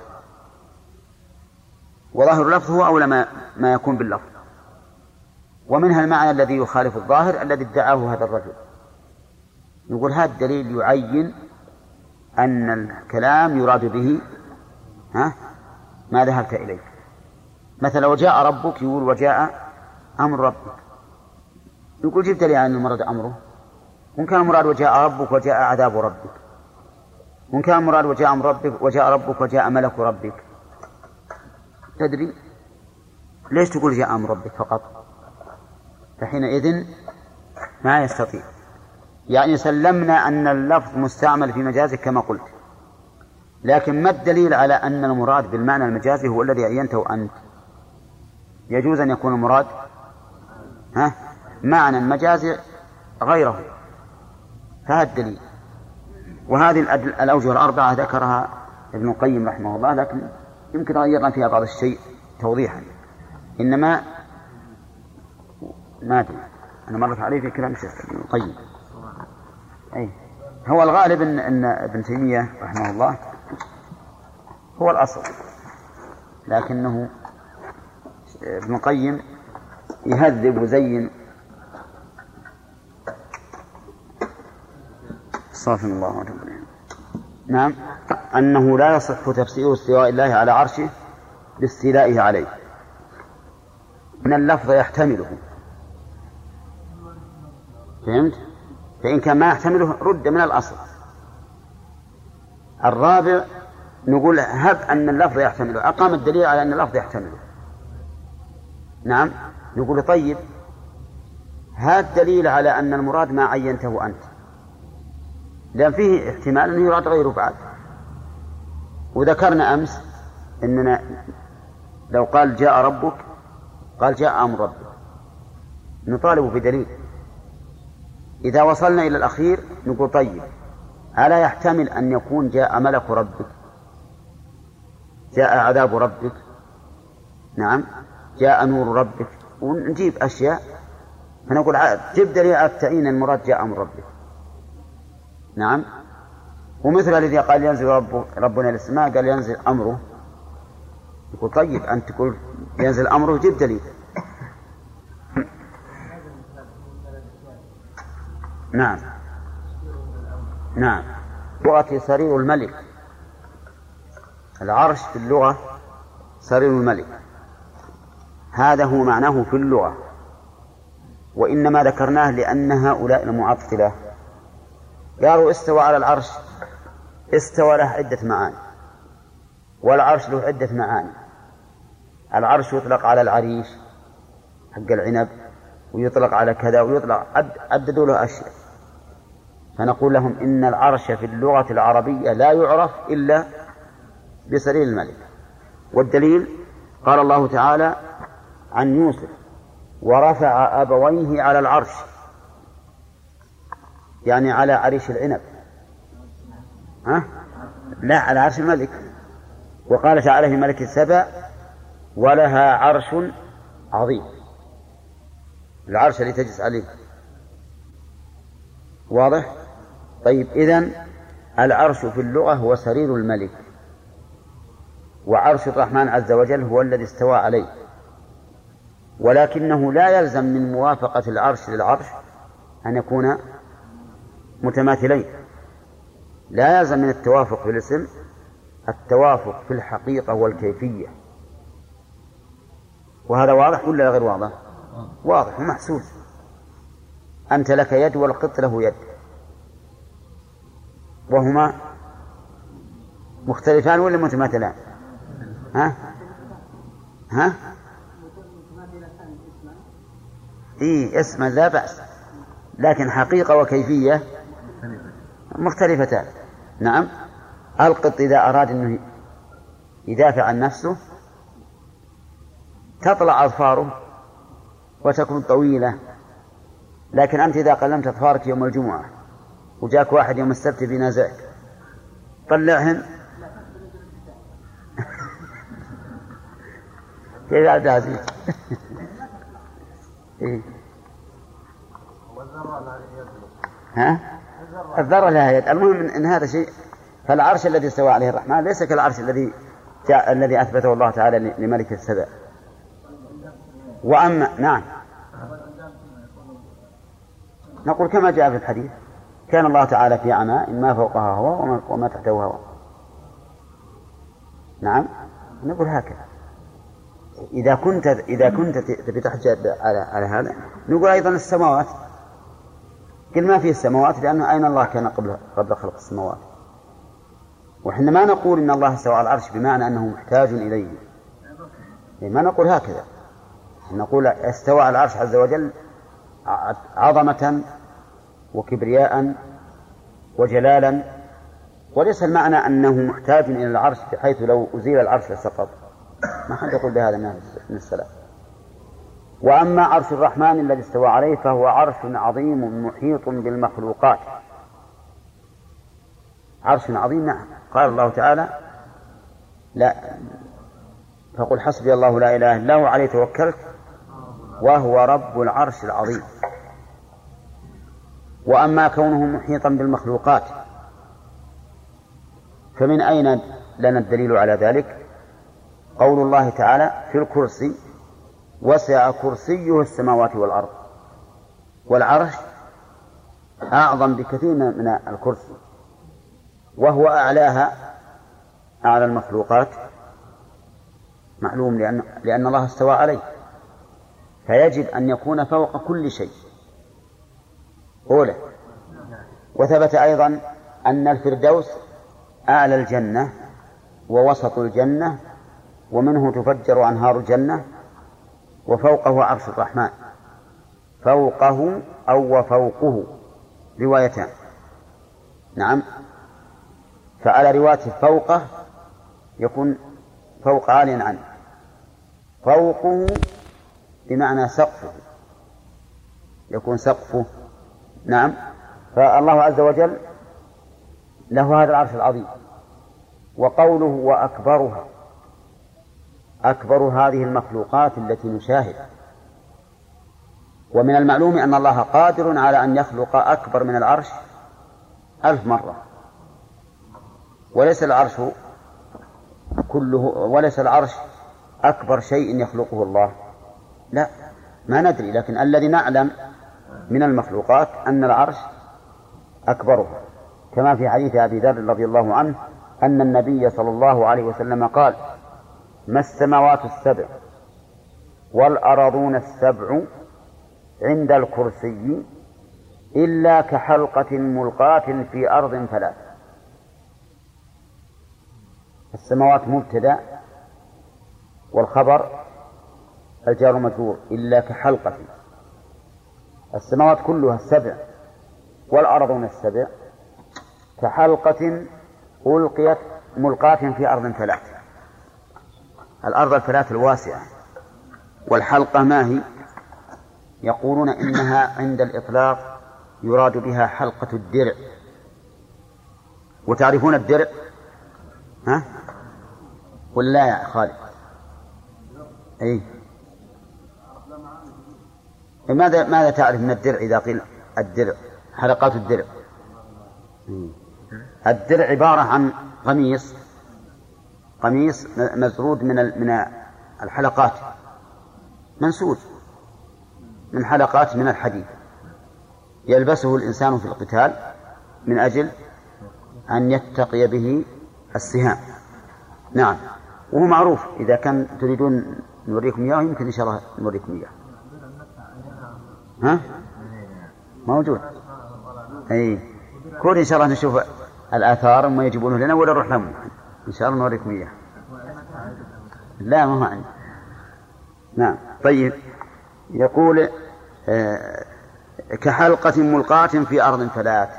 وظاهر اللفظ هو أولى ما, ما يكون باللفظ، ومنها المعنى الذي يخالف الظاهر الذي ادعاه هذا الرجل. يقول هذا الدليل يعين أن الكلام يراد به ها ما ذهبت إليه. مثلا وجاء ربك يقول وجاء أمر ربك، يقول جبت لي عن المراد أمره، وإن كان المراد وجاء ربك وجاء عذاب ربك، وإن كان المراد وجاء أمر ربك وجاء ربك وجاء ملك ربك. تدري ليش تقول جاء أمر ربك فقط؟ فحينئذ ما يستطيع، يعني سلمنا أن اللفظ مستعمل في مجازك كما قلت، لكن ما الدليل على أن المراد بالمعنى المجازي هو الذي عينته أنت؟ يجوز أن يكون المراد ها معنى مجازي غيره، فهذا الدليل. وهذه الأوجه الأربعة ذكرها ابن القيم رحمه الله، لكن يمكن غيرنا فيها بعض الشيء توضيحا، إنما ما أدري أنا مرت عليه في كلام ابن القيم. أي هو الغالب إن, إن ابن تيمية رحمه الله هو الأصل، لكنه ابن القيم يهذب وزين. صافي الله عليه. نعم، أنه لا يصح تفسير استواء الله على عرشه باستيلائه عليه، من اللفظ يحتمله، فهمت؟ فإن كان ما يحتمله رد من الأصل. الرابع نقول هب أن اللفظ يحتمله، أقام الدليل على أن اللفظ يحتمله. نعم، نقول طيب هذا الدليل على أن المراد ما عينته أنت، لأن فيه احتمال أنه يراد غيره بعد. وذكرنا أمس أننا لو قال جاء ربك قال جاء أمر ربك نطالب بدليل. إذا وصلنا إلى الأخير نقول طيب ألا يحتمل أن يكون جاء ملك ربك، جاء عذاب ربك، نعم جاء نور ربك، ونجيب أشياء فنقول جيب دليل على التعيين المراد جاء أمر ربك. نعم، ومثل الذي قال ينزل رب ربنا للسماء قال ينزل أمره، يقول طيب أنت تقول ينزل أمره جيب دليل. نعم نعم لغة سرير الملك، العرش في اللغة سرير الملك، هذا هو معناه في اللغة، وإنما ذكرناه لأن هؤلاء المعطلة قالوا استوى على العرش، استوى له عدة معاني، والعرش له عدة معاني. العرش يطلق على العريش حق العنب، ويطلق على كذا، ويطلق عددوا له أشياء. فنقول لهم إن العرش في اللغة العربية لا يعرف إلا بسرير الملك. والدليل قال الله تعالى عن يوسف: ورفع أبويه على العرش، يعني على عريش العنب، ها؟ لا، على عرش الملك. وقال تعالى في ملك السبع: ولها عرش عظيم، العرش اللي تجلس عليه. واضح؟ طيب، إذن العرش في اللغة هو سرير الملك، وعرش الرحمن عز وجل هو الذي استوى عليه. ولكنه لا يلزم من موافقة العرش للعرش أن يكون متماثلين، لا يلزم من التوافق في الاسم التوافق في الحقيقة والكيفية. وهذا واضح ولا غير واضح؟ واضح ومحسوس. أنت لك يد والقط له يد، وهما مختلفان ولا متماثلان؟ ها؟ ها؟ إيه، اسما لا بأس، لكن حقيقة وكيفية مختلفتان. نعم. القط إذا أراد أنه يدافع عن نفسه تطلع أظفاره وتكون طويلة، لكن أنت إذا قلمت أظفارك يوم الجمعة وجاك واحد يوم السبت بينازعك طلعهن كيف عبد العزيز؟ إيه؟ ها؟ الذرة لها يد. المهم إن هذا شيء. فالعرش الذي استوى عليه الرحمن ليس كالعرش الذي جاء الذي أثبته الله تعالى لملك السبع. وأما نعم، نقول كما جاء في الحديث: كان الله تعالى في عماء ما فوقها هو وما تحته هو. نعم، نقول هكذا. إذا كنت إذا كنت تبي تحجج على على هذا، نقول أيضا السماوات. كل ما فيه السماوات، لأنه أين الله كان قبل قبل خلق السماوات. وإحنا ما نقول إن الله استوى على العرش بمعنى أنه محتاج إليه، ما نقول هكذا. نقول استوى على العرش عز وجل عظمة وكبرياء وجلالا، وليس المعنى أنه محتاج إلى العرش بحيث لو أزيل العرش لسقط. ما حد يقول بهذا من السلام. وأما عرش الرحمن الذي استوى عليه فهو عرش عظيم محيط بالمخلوقات. عرش عظيم، نعم. قال الله تعالى: لا فقل حسبي الله لا إله إلا هو عليه توكلت وهو رب العرش العظيم. وأما كونه محيطا بالمخلوقات فمن أين لنا الدليل على ذلك؟ قول الله تعالى في الكرسي: وسع كرسيه السماوات والأرض. والعرش أعظم بكثير من الكرسي، وهو أعلاها، أعلى المخلوقات، معلوم لأن, لأن الله استوى عليه، فيجب أن يكون فوق كل شيء. أولى. وثبت أيضا أن الفردوس أعلى الجنة ووسط الجنة ومنه تفجر أنهار الجنة، وفوقه عرش الرحمن. فوقه أو وفوقه روايتان. نعم. فعلى رواية فوقه يكون فوق عالٍ عنه، فوقه بمعنى سقفه، يكون سقفه. نعم. فالله عز وجل له هذا العرش العظيم. وقوله وأكبرها، أكبر هذه المخلوقات التي نشاهد. ومن المعلوم أن الله قادر على أن يخلق أكبر من العرش ألف مرة، وليس العرش كله، وليس العرش أكبر شيء يخلقه الله، لا، ما ندري. لكن الذي نعلم من المخلوقات أن العرش أكبرها، كما في حديث أبي ذر رضي الله عنه أن النبي صلى الله عليه وسلم قال: ما السماوات السبع والأرضون السبع عند الكرسي إلا كحلقة ملقاة في أرض ثلاث. السماوات مبتدأ والخبر الجار مجرور إلا كحلقة. السماوات كلها السبع والأرضون السبع كحلقة ألقيت ملقاة في أرض فلات. الأرض الفلات الواسعة. والحلقة ما هي؟ يقولون إنها عند الإطلاق يراد بها حلقة الدرع. وتعرفون الدرع؟ ها؟ ولا يا خالد؟ أي ماذا ماذا تعرف من الدرع إذا قيل الدرع؟ حلقات الدرع. الدرع عبارة عن قميص قميص مزرود من من الحلقات، منسوج من حلقات من الحديد، يلبسه الإنسان في القتال من أجل أن يتقي به السهام. نعم، وهو معروف. إذا كان تريدون نوريكم إياه يمكن إن شاء الله نوريكم إياه. ها؟ موجود. أي كل إن شاء الله نشوف الآثار ما يجيبونه لنا ولا نروح لهم إن شاء الله نوريكم إياه. لا ما هو عندي. نعم. طيب، يقول آه كحلقة ملقاة في أرض فلات.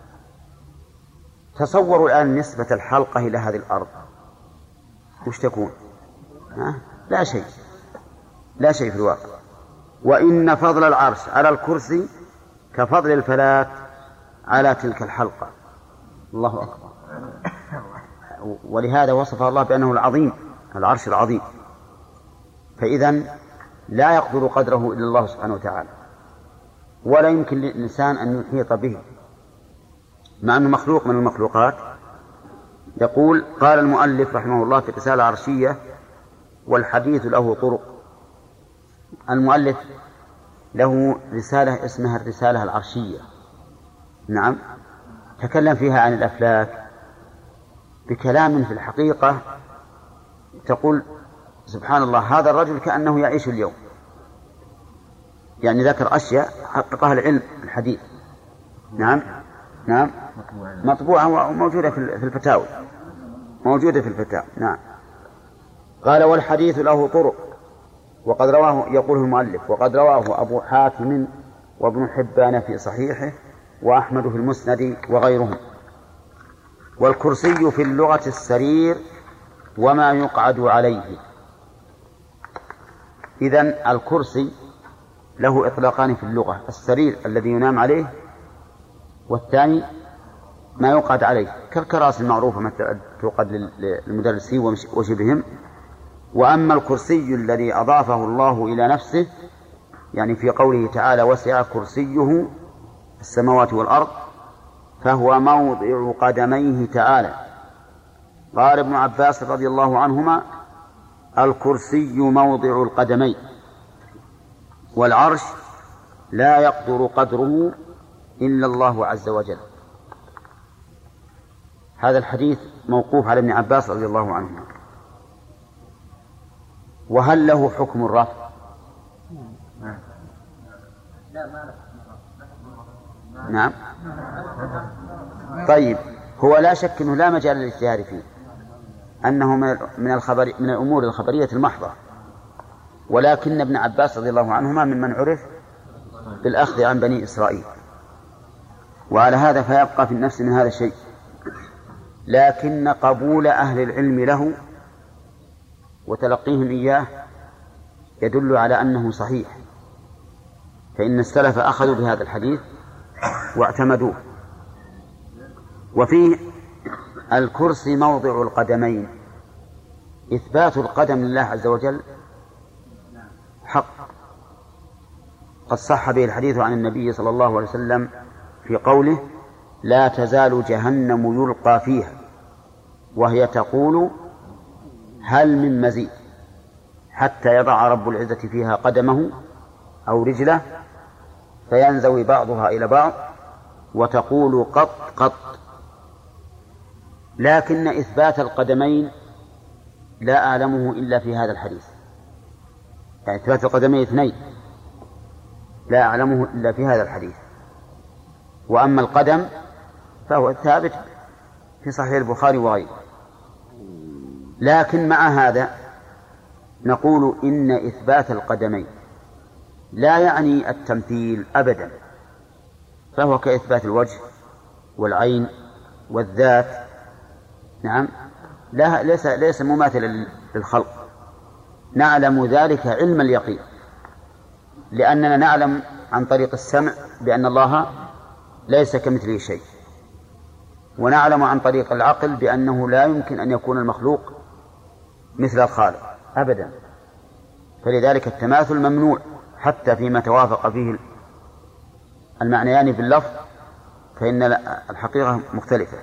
تصوروا الآن نسبة الحلقة إلى هذه الأرض وش تكون؟ ها؟ لا شيء، لا شيء في الواقع. وإن فضل العرش على الكرسي كفضل الفلات على تلك الحلقة. الله أكبر. ولهذا وصف الله بأنه العظيم، العرش العظيم. فإذن لا يقدر قدره إلا الله سبحانه وتعالى، ولا يمكن للإنسان أن يحيط به مع أنه مخلوق من المخلوقات. يقول قال المؤلف رحمه الله في رسالة عرشية: والحديث له طرق. المؤلف له رسالة اسمها الرسالة العرشية. نعم، تكلم فيها عن الأفلاك بكلام في الحقيقة تقول سبحان الله، هذا الرجل كأنه يعيش اليوم. يعني ذكر أشياء حققها العلم الحديث. نعم نعم مطبوعة وموجودة في الفتاوى، موجودة في الفتاوى. نعم. قال والحديث له طرق، وقد رواه، يقول المؤلف، وقد رواه أبو حاتم وابن حبان في صحيحه وأحمد في المسند وغيرهم. والكرسي في اللغة السرير وما يقعد عليه. إذن الكرسي له إطلاقان في اللغة: السرير الذي ينام عليه، والثاني ما يقعد عليه كالكراسي المعروفة مثل توقد للمدرسين وشبههم. وأما الكرسي الذي أضافه الله إلى نفسه، يعني في قوله تعالى وسع كرسيه السماوات والأرض، فهو موضع قدميه تعالى. قال ابن عباس رضي الله عنهما: الكرسي موضع القدمين، والعرش لا يقدر قدره إلا الله عز وجل. هذا الحديث موقوف على ابن عباس رضي الله عنهما. وهل له حكم الرفع؟ نعم. طيب، هو لا شك أنه لا مجال للاجتهاد فيه، أنه من الخبر من الأمور الخبرية المحضة. ولكن ابن عباس رضي الله عنهما ممن عرف بالأخذ عن بني إسرائيل، وعلى هذا فيبقى في النفس من هذا الشيء. لكن قبول أهل العلم له وتلقيهم إياه يدل على أنه صحيح، فإن السلف أخذوا بهذا الحديث واعتمدوه. وفيه الكرسي موضع القدمين، إثبات القدم لله عز وجل حق. قد صح به الحديث عن النبي صلى الله عليه وسلم في قوله: لا تزال جهنم يلقى فيها وهي تقول هل من مزيد، حتى يضع رب العزة فيها قدمه أو رجله فينزوي بعضها إلى بعض وتقول قط قط. لكن إثبات القدمين لا أعلمه إلا في هذا الحديث، يعني إثبات القدمين اثنين لا أعلمه إلا في هذا الحديث. وأما القدم فهو ثابت في صحيح البخاري وغيره. لكن مع هذا نقول إن إثبات القدمين لا يعني التمثيل أبدا، فهو كإثبات الوجه والعين والذات. نعم، لا ليس ليس مماثلا للخلق. نعلم ذلك علم اليقين، لأننا نعلم عن طريق السمع بأن الله ليس كمثله شيء، ونعلم عن طريق العقل بأنه لا يمكن أن يكون المخلوق مثل الخالق أبدا. فلذلك التماثل ممنوع حتى فيما توافق فيه المعنيان في اللفظ، فإن الحقيقة مختلفة.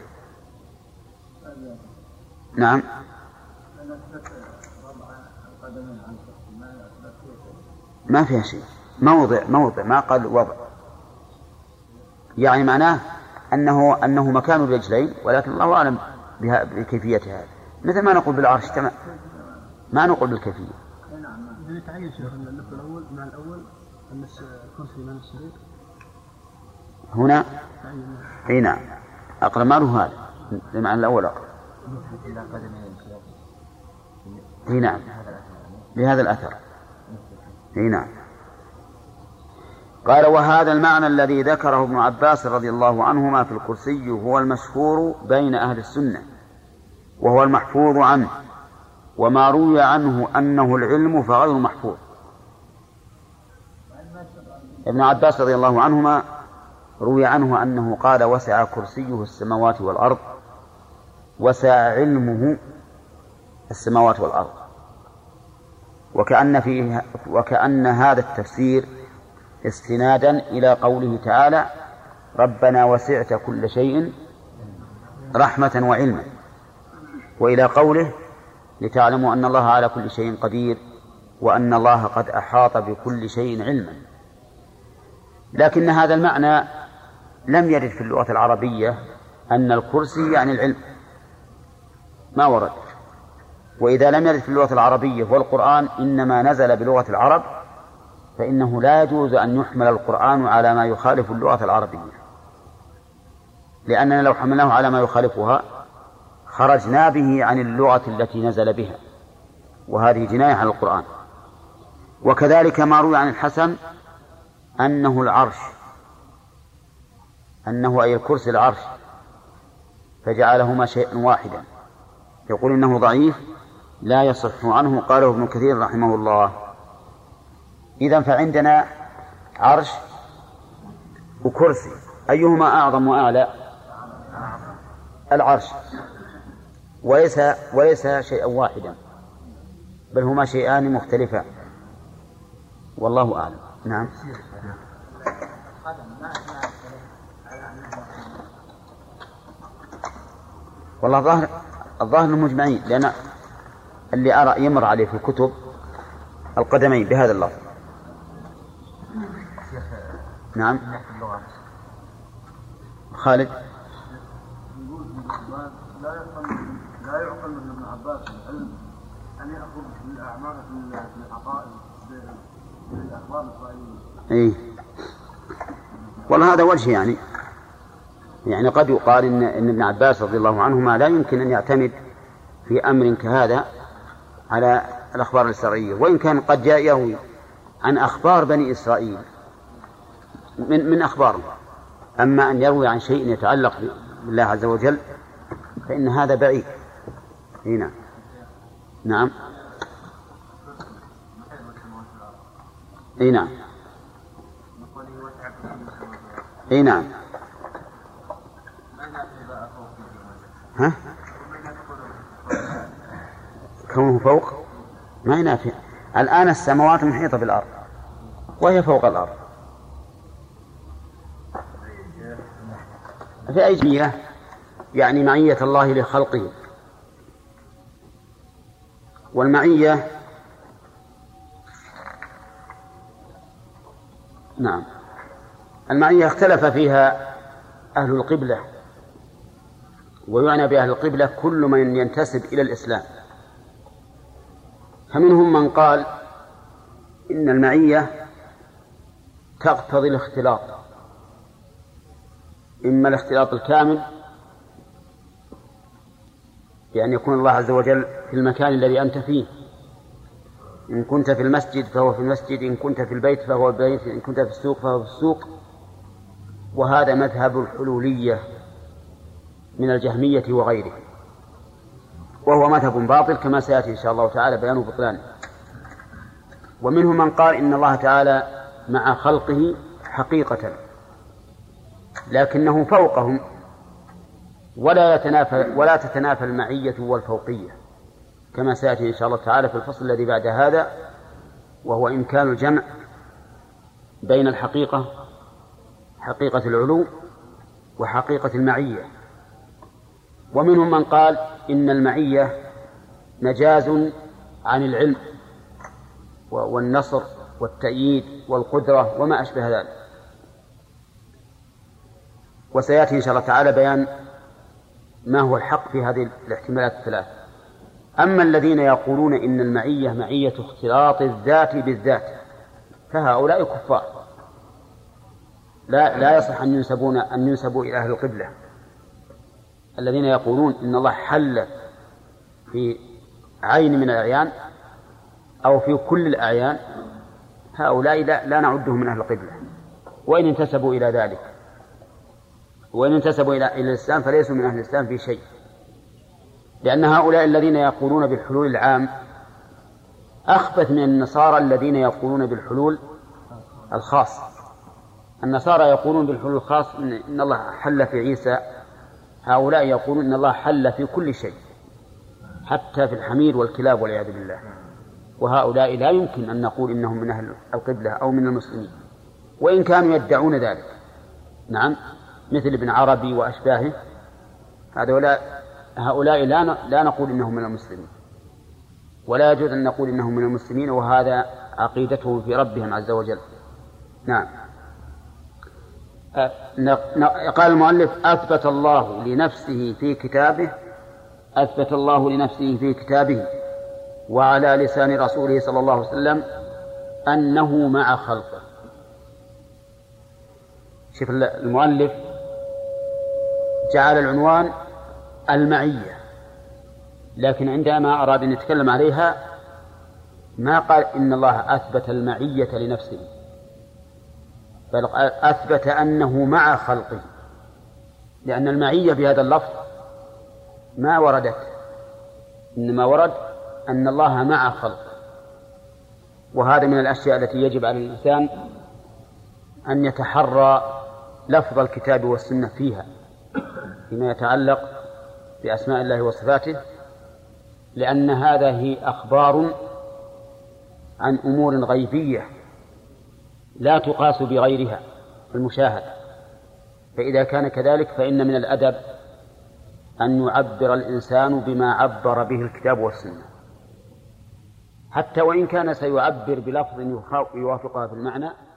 نعم. ما فيها شيء، موضع موضع ما قال وضع، يعني معناه أنه أنه مكان الرجلين، ولكن الله أعلم بكيفية هذا، مثل ما نقول بالعرش تمام، ما نقول بالكيفية. إذا يتعين شيخ اللفظ الأول مع الأول أن الكرسي من السرير هنا. أي نعم، أقرب ما له هذا المعنى الأول أقرب. أي نعم، بهذا الأثر. أي نعم. قال: وهذا المعنى الذي ذكره ابن عباس رضي الله عنهما في الكرسي هو المشهور بين أهل السنة، وهو المحفوظ عنه، وما روي عنه أنه العلم فغير محفوظ. ابن عباس رضي الله عنهما روي عنه أنه قال: وسع كرسيه السماوات والأرض، وسع علمه السماوات والأرض. وكأن, فيه وكأن هذا التفسير استنادا إلى قوله تعالى: ربنا وسعت كل شيء رحمة وعلما، وإلى قوله: لتعلموا أن الله على كل شيء قدير وأن الله قد أحاط بكل شيء علما. لكن هذا المعنى لم يرد في اللغة العربية أن الكرسي يعني العلم، ما ورد. وإذا لم يرد في اللغة العربية والقرآن إنما نزل بلغة العرب، فإنه لا يجوز أن يحمل القرآن على ما يخالف اللغة العربية، لأننا لو حملناه على ما يخالفها خرجنا به عن اللغة التي نزل بها، وهذه جناية على القرآن. وكذلك ما روي عن الحسن أنه العرش، أنه أي الكرسي العرش، فجعلهما شيئا واحدا. يقول إنه ضعيف لا يصح عنه، قاله ابن كثير رحمه الله. إذن فعندنا عرش وكرسي، أيهما أعظم وأعلى؟ العرش، وليس وليس شيئا واحدا، بل هما شيئان مختلفان، والله أعلم. نعم. والله الظاهر الظاهر المجمعين، لأن اللي أرى يمر عليه في الكتب القدمين بهذا اللفظ. نعم. خالد. لا يعقل لا يعقل من ابن عباس العلم أن يأخذ من الأعمال في العقائد من الأخبار الإسرائيلية. إيه والله هذا وجه، يعني يعني قد يقال إن, إن ابن عباس رضي الله عنهما لا يمكن أن يعتمد في أمر كهذا على الأخبار الإسرائيلية، وإن كان قد جاء يروي عن أخبار بني إسرائيل من من أخبارهم، أما أن يروي عن شيء يتعلق بالله عز وجل فإن هذا بعيد. هنا. نعم. اي نعم. اي نعم. ها؟ كونه فوق ما ينافع. الآن السماوات محيطة بالأرض وهي فوق الأرض، في أي جمية يعني معية الله لخلقه. والمعية نعم المعية اختلف فيها أهل القبلة، ويعنى بأهل القبلة كل من ينتسب إلى الإسلام. فمنهم من قال إن المعية تقتضي الاختلاط، إما الاختلاط الكامل بأن يكون الله عز وجل في المكان الذي أنت فيه. إن كنت في المسجد فهو في المسجد، إن كنت في البيت فهو في البيت، إن كنت في السوق فهو في السوق. وهذا مذهب الحلولية من الجهمية وغيره، وهو مذهب باطل كما سيأتي إن شاء الله تعالى بيان بطلانه. ومنهم من قال إن الله تعالى مع خلقه حقيقة لكنه فوقهم، ولا يتنافى ولا تتنافى المعية والفوقية كما سيأتي إن شاء الله تعالى في الفصل الذي بعد هذا، وهو إمكان الجمع بين الحقيقة حقيقة العلو وحقيقة المعية. ومنهم من قال إن المعية مجاز عن العلم والنصر والتأييد والقدرة وما أشبه ذلك، وسيأتي إن شاء الله تعالى بيان ما هو الحق في هذه الاحتمالات الثلاث. أما الذين يقولون إن المعية معية اختلاط الذات بالذات فهؤلاء كفار، لا لا يصح أن ينسبون أن ينسبوا إلى أهل القبلة. الذين يقولون إن الله حل في عين من الأعيان أو في كل الأعيان هؤلاء لا, لا نعدهم من أهل القبلة، وإن انتسبوا إلى ذلك وإن انتسبوا إلى إلى الإسلام فليسوا من أهل الإسلام في شيء، لأن هؤلاء الذين يقولون بالحلول العام أخبث من النصارى الذين يقولون بالحلول الخاص. النصارى يقولون بالحلول الخاص إن الله حل في عيسى، هؤلاء يقولون إن الله حل في كل شيء حتى في الحمير والكلاب والعياذ بالله. وهؤلاء لا يمكن أن نقول إنهم من أهل القبلة أو من المسلمين وإن كانوا يدعون ذلك. نعم، مثل ابن عربي وأشباهه، هؤلاء هؤلاء لا لا نقول إنهم من المسلمين، ولا يجوز أن نقول إنهم من المسلمين، وهذا عقيدتهم في ربهم عز وجل. نعم. قال المؤلف: أثبت الله لنفسه في كتابه أثبت الله لنفسه في كتابه وعلى لسان رسوله صلى الله عليه وسلم أنه مع خلقه. شوف المؤلف جعل العنوان المعية، لكن عندما أراد أن يتكلم عليها ما قال إن الله أثبت المعية لنفسه، بل أثبت أنه مع خلقه، لأن المعية بهذا اللفظ ما وردت، إنما ورد أن الله مع خلقه. وهذا من الأشياء التي يجب على الإنسان أن يتحرى لفظ الكتاب والسنة فيها فيما يتعلق بأسماء الله وصفاته، لأن هذه أخبار عن أمور غيبية لا تقاس بغيرها في المشاهد. فإذا كان كذلك فإن من الأدب أن يعبر الإنسان بما عبر به الكتاب والسنة، حتى وإن كان سيعبر بلفظ يوافقها في المعنى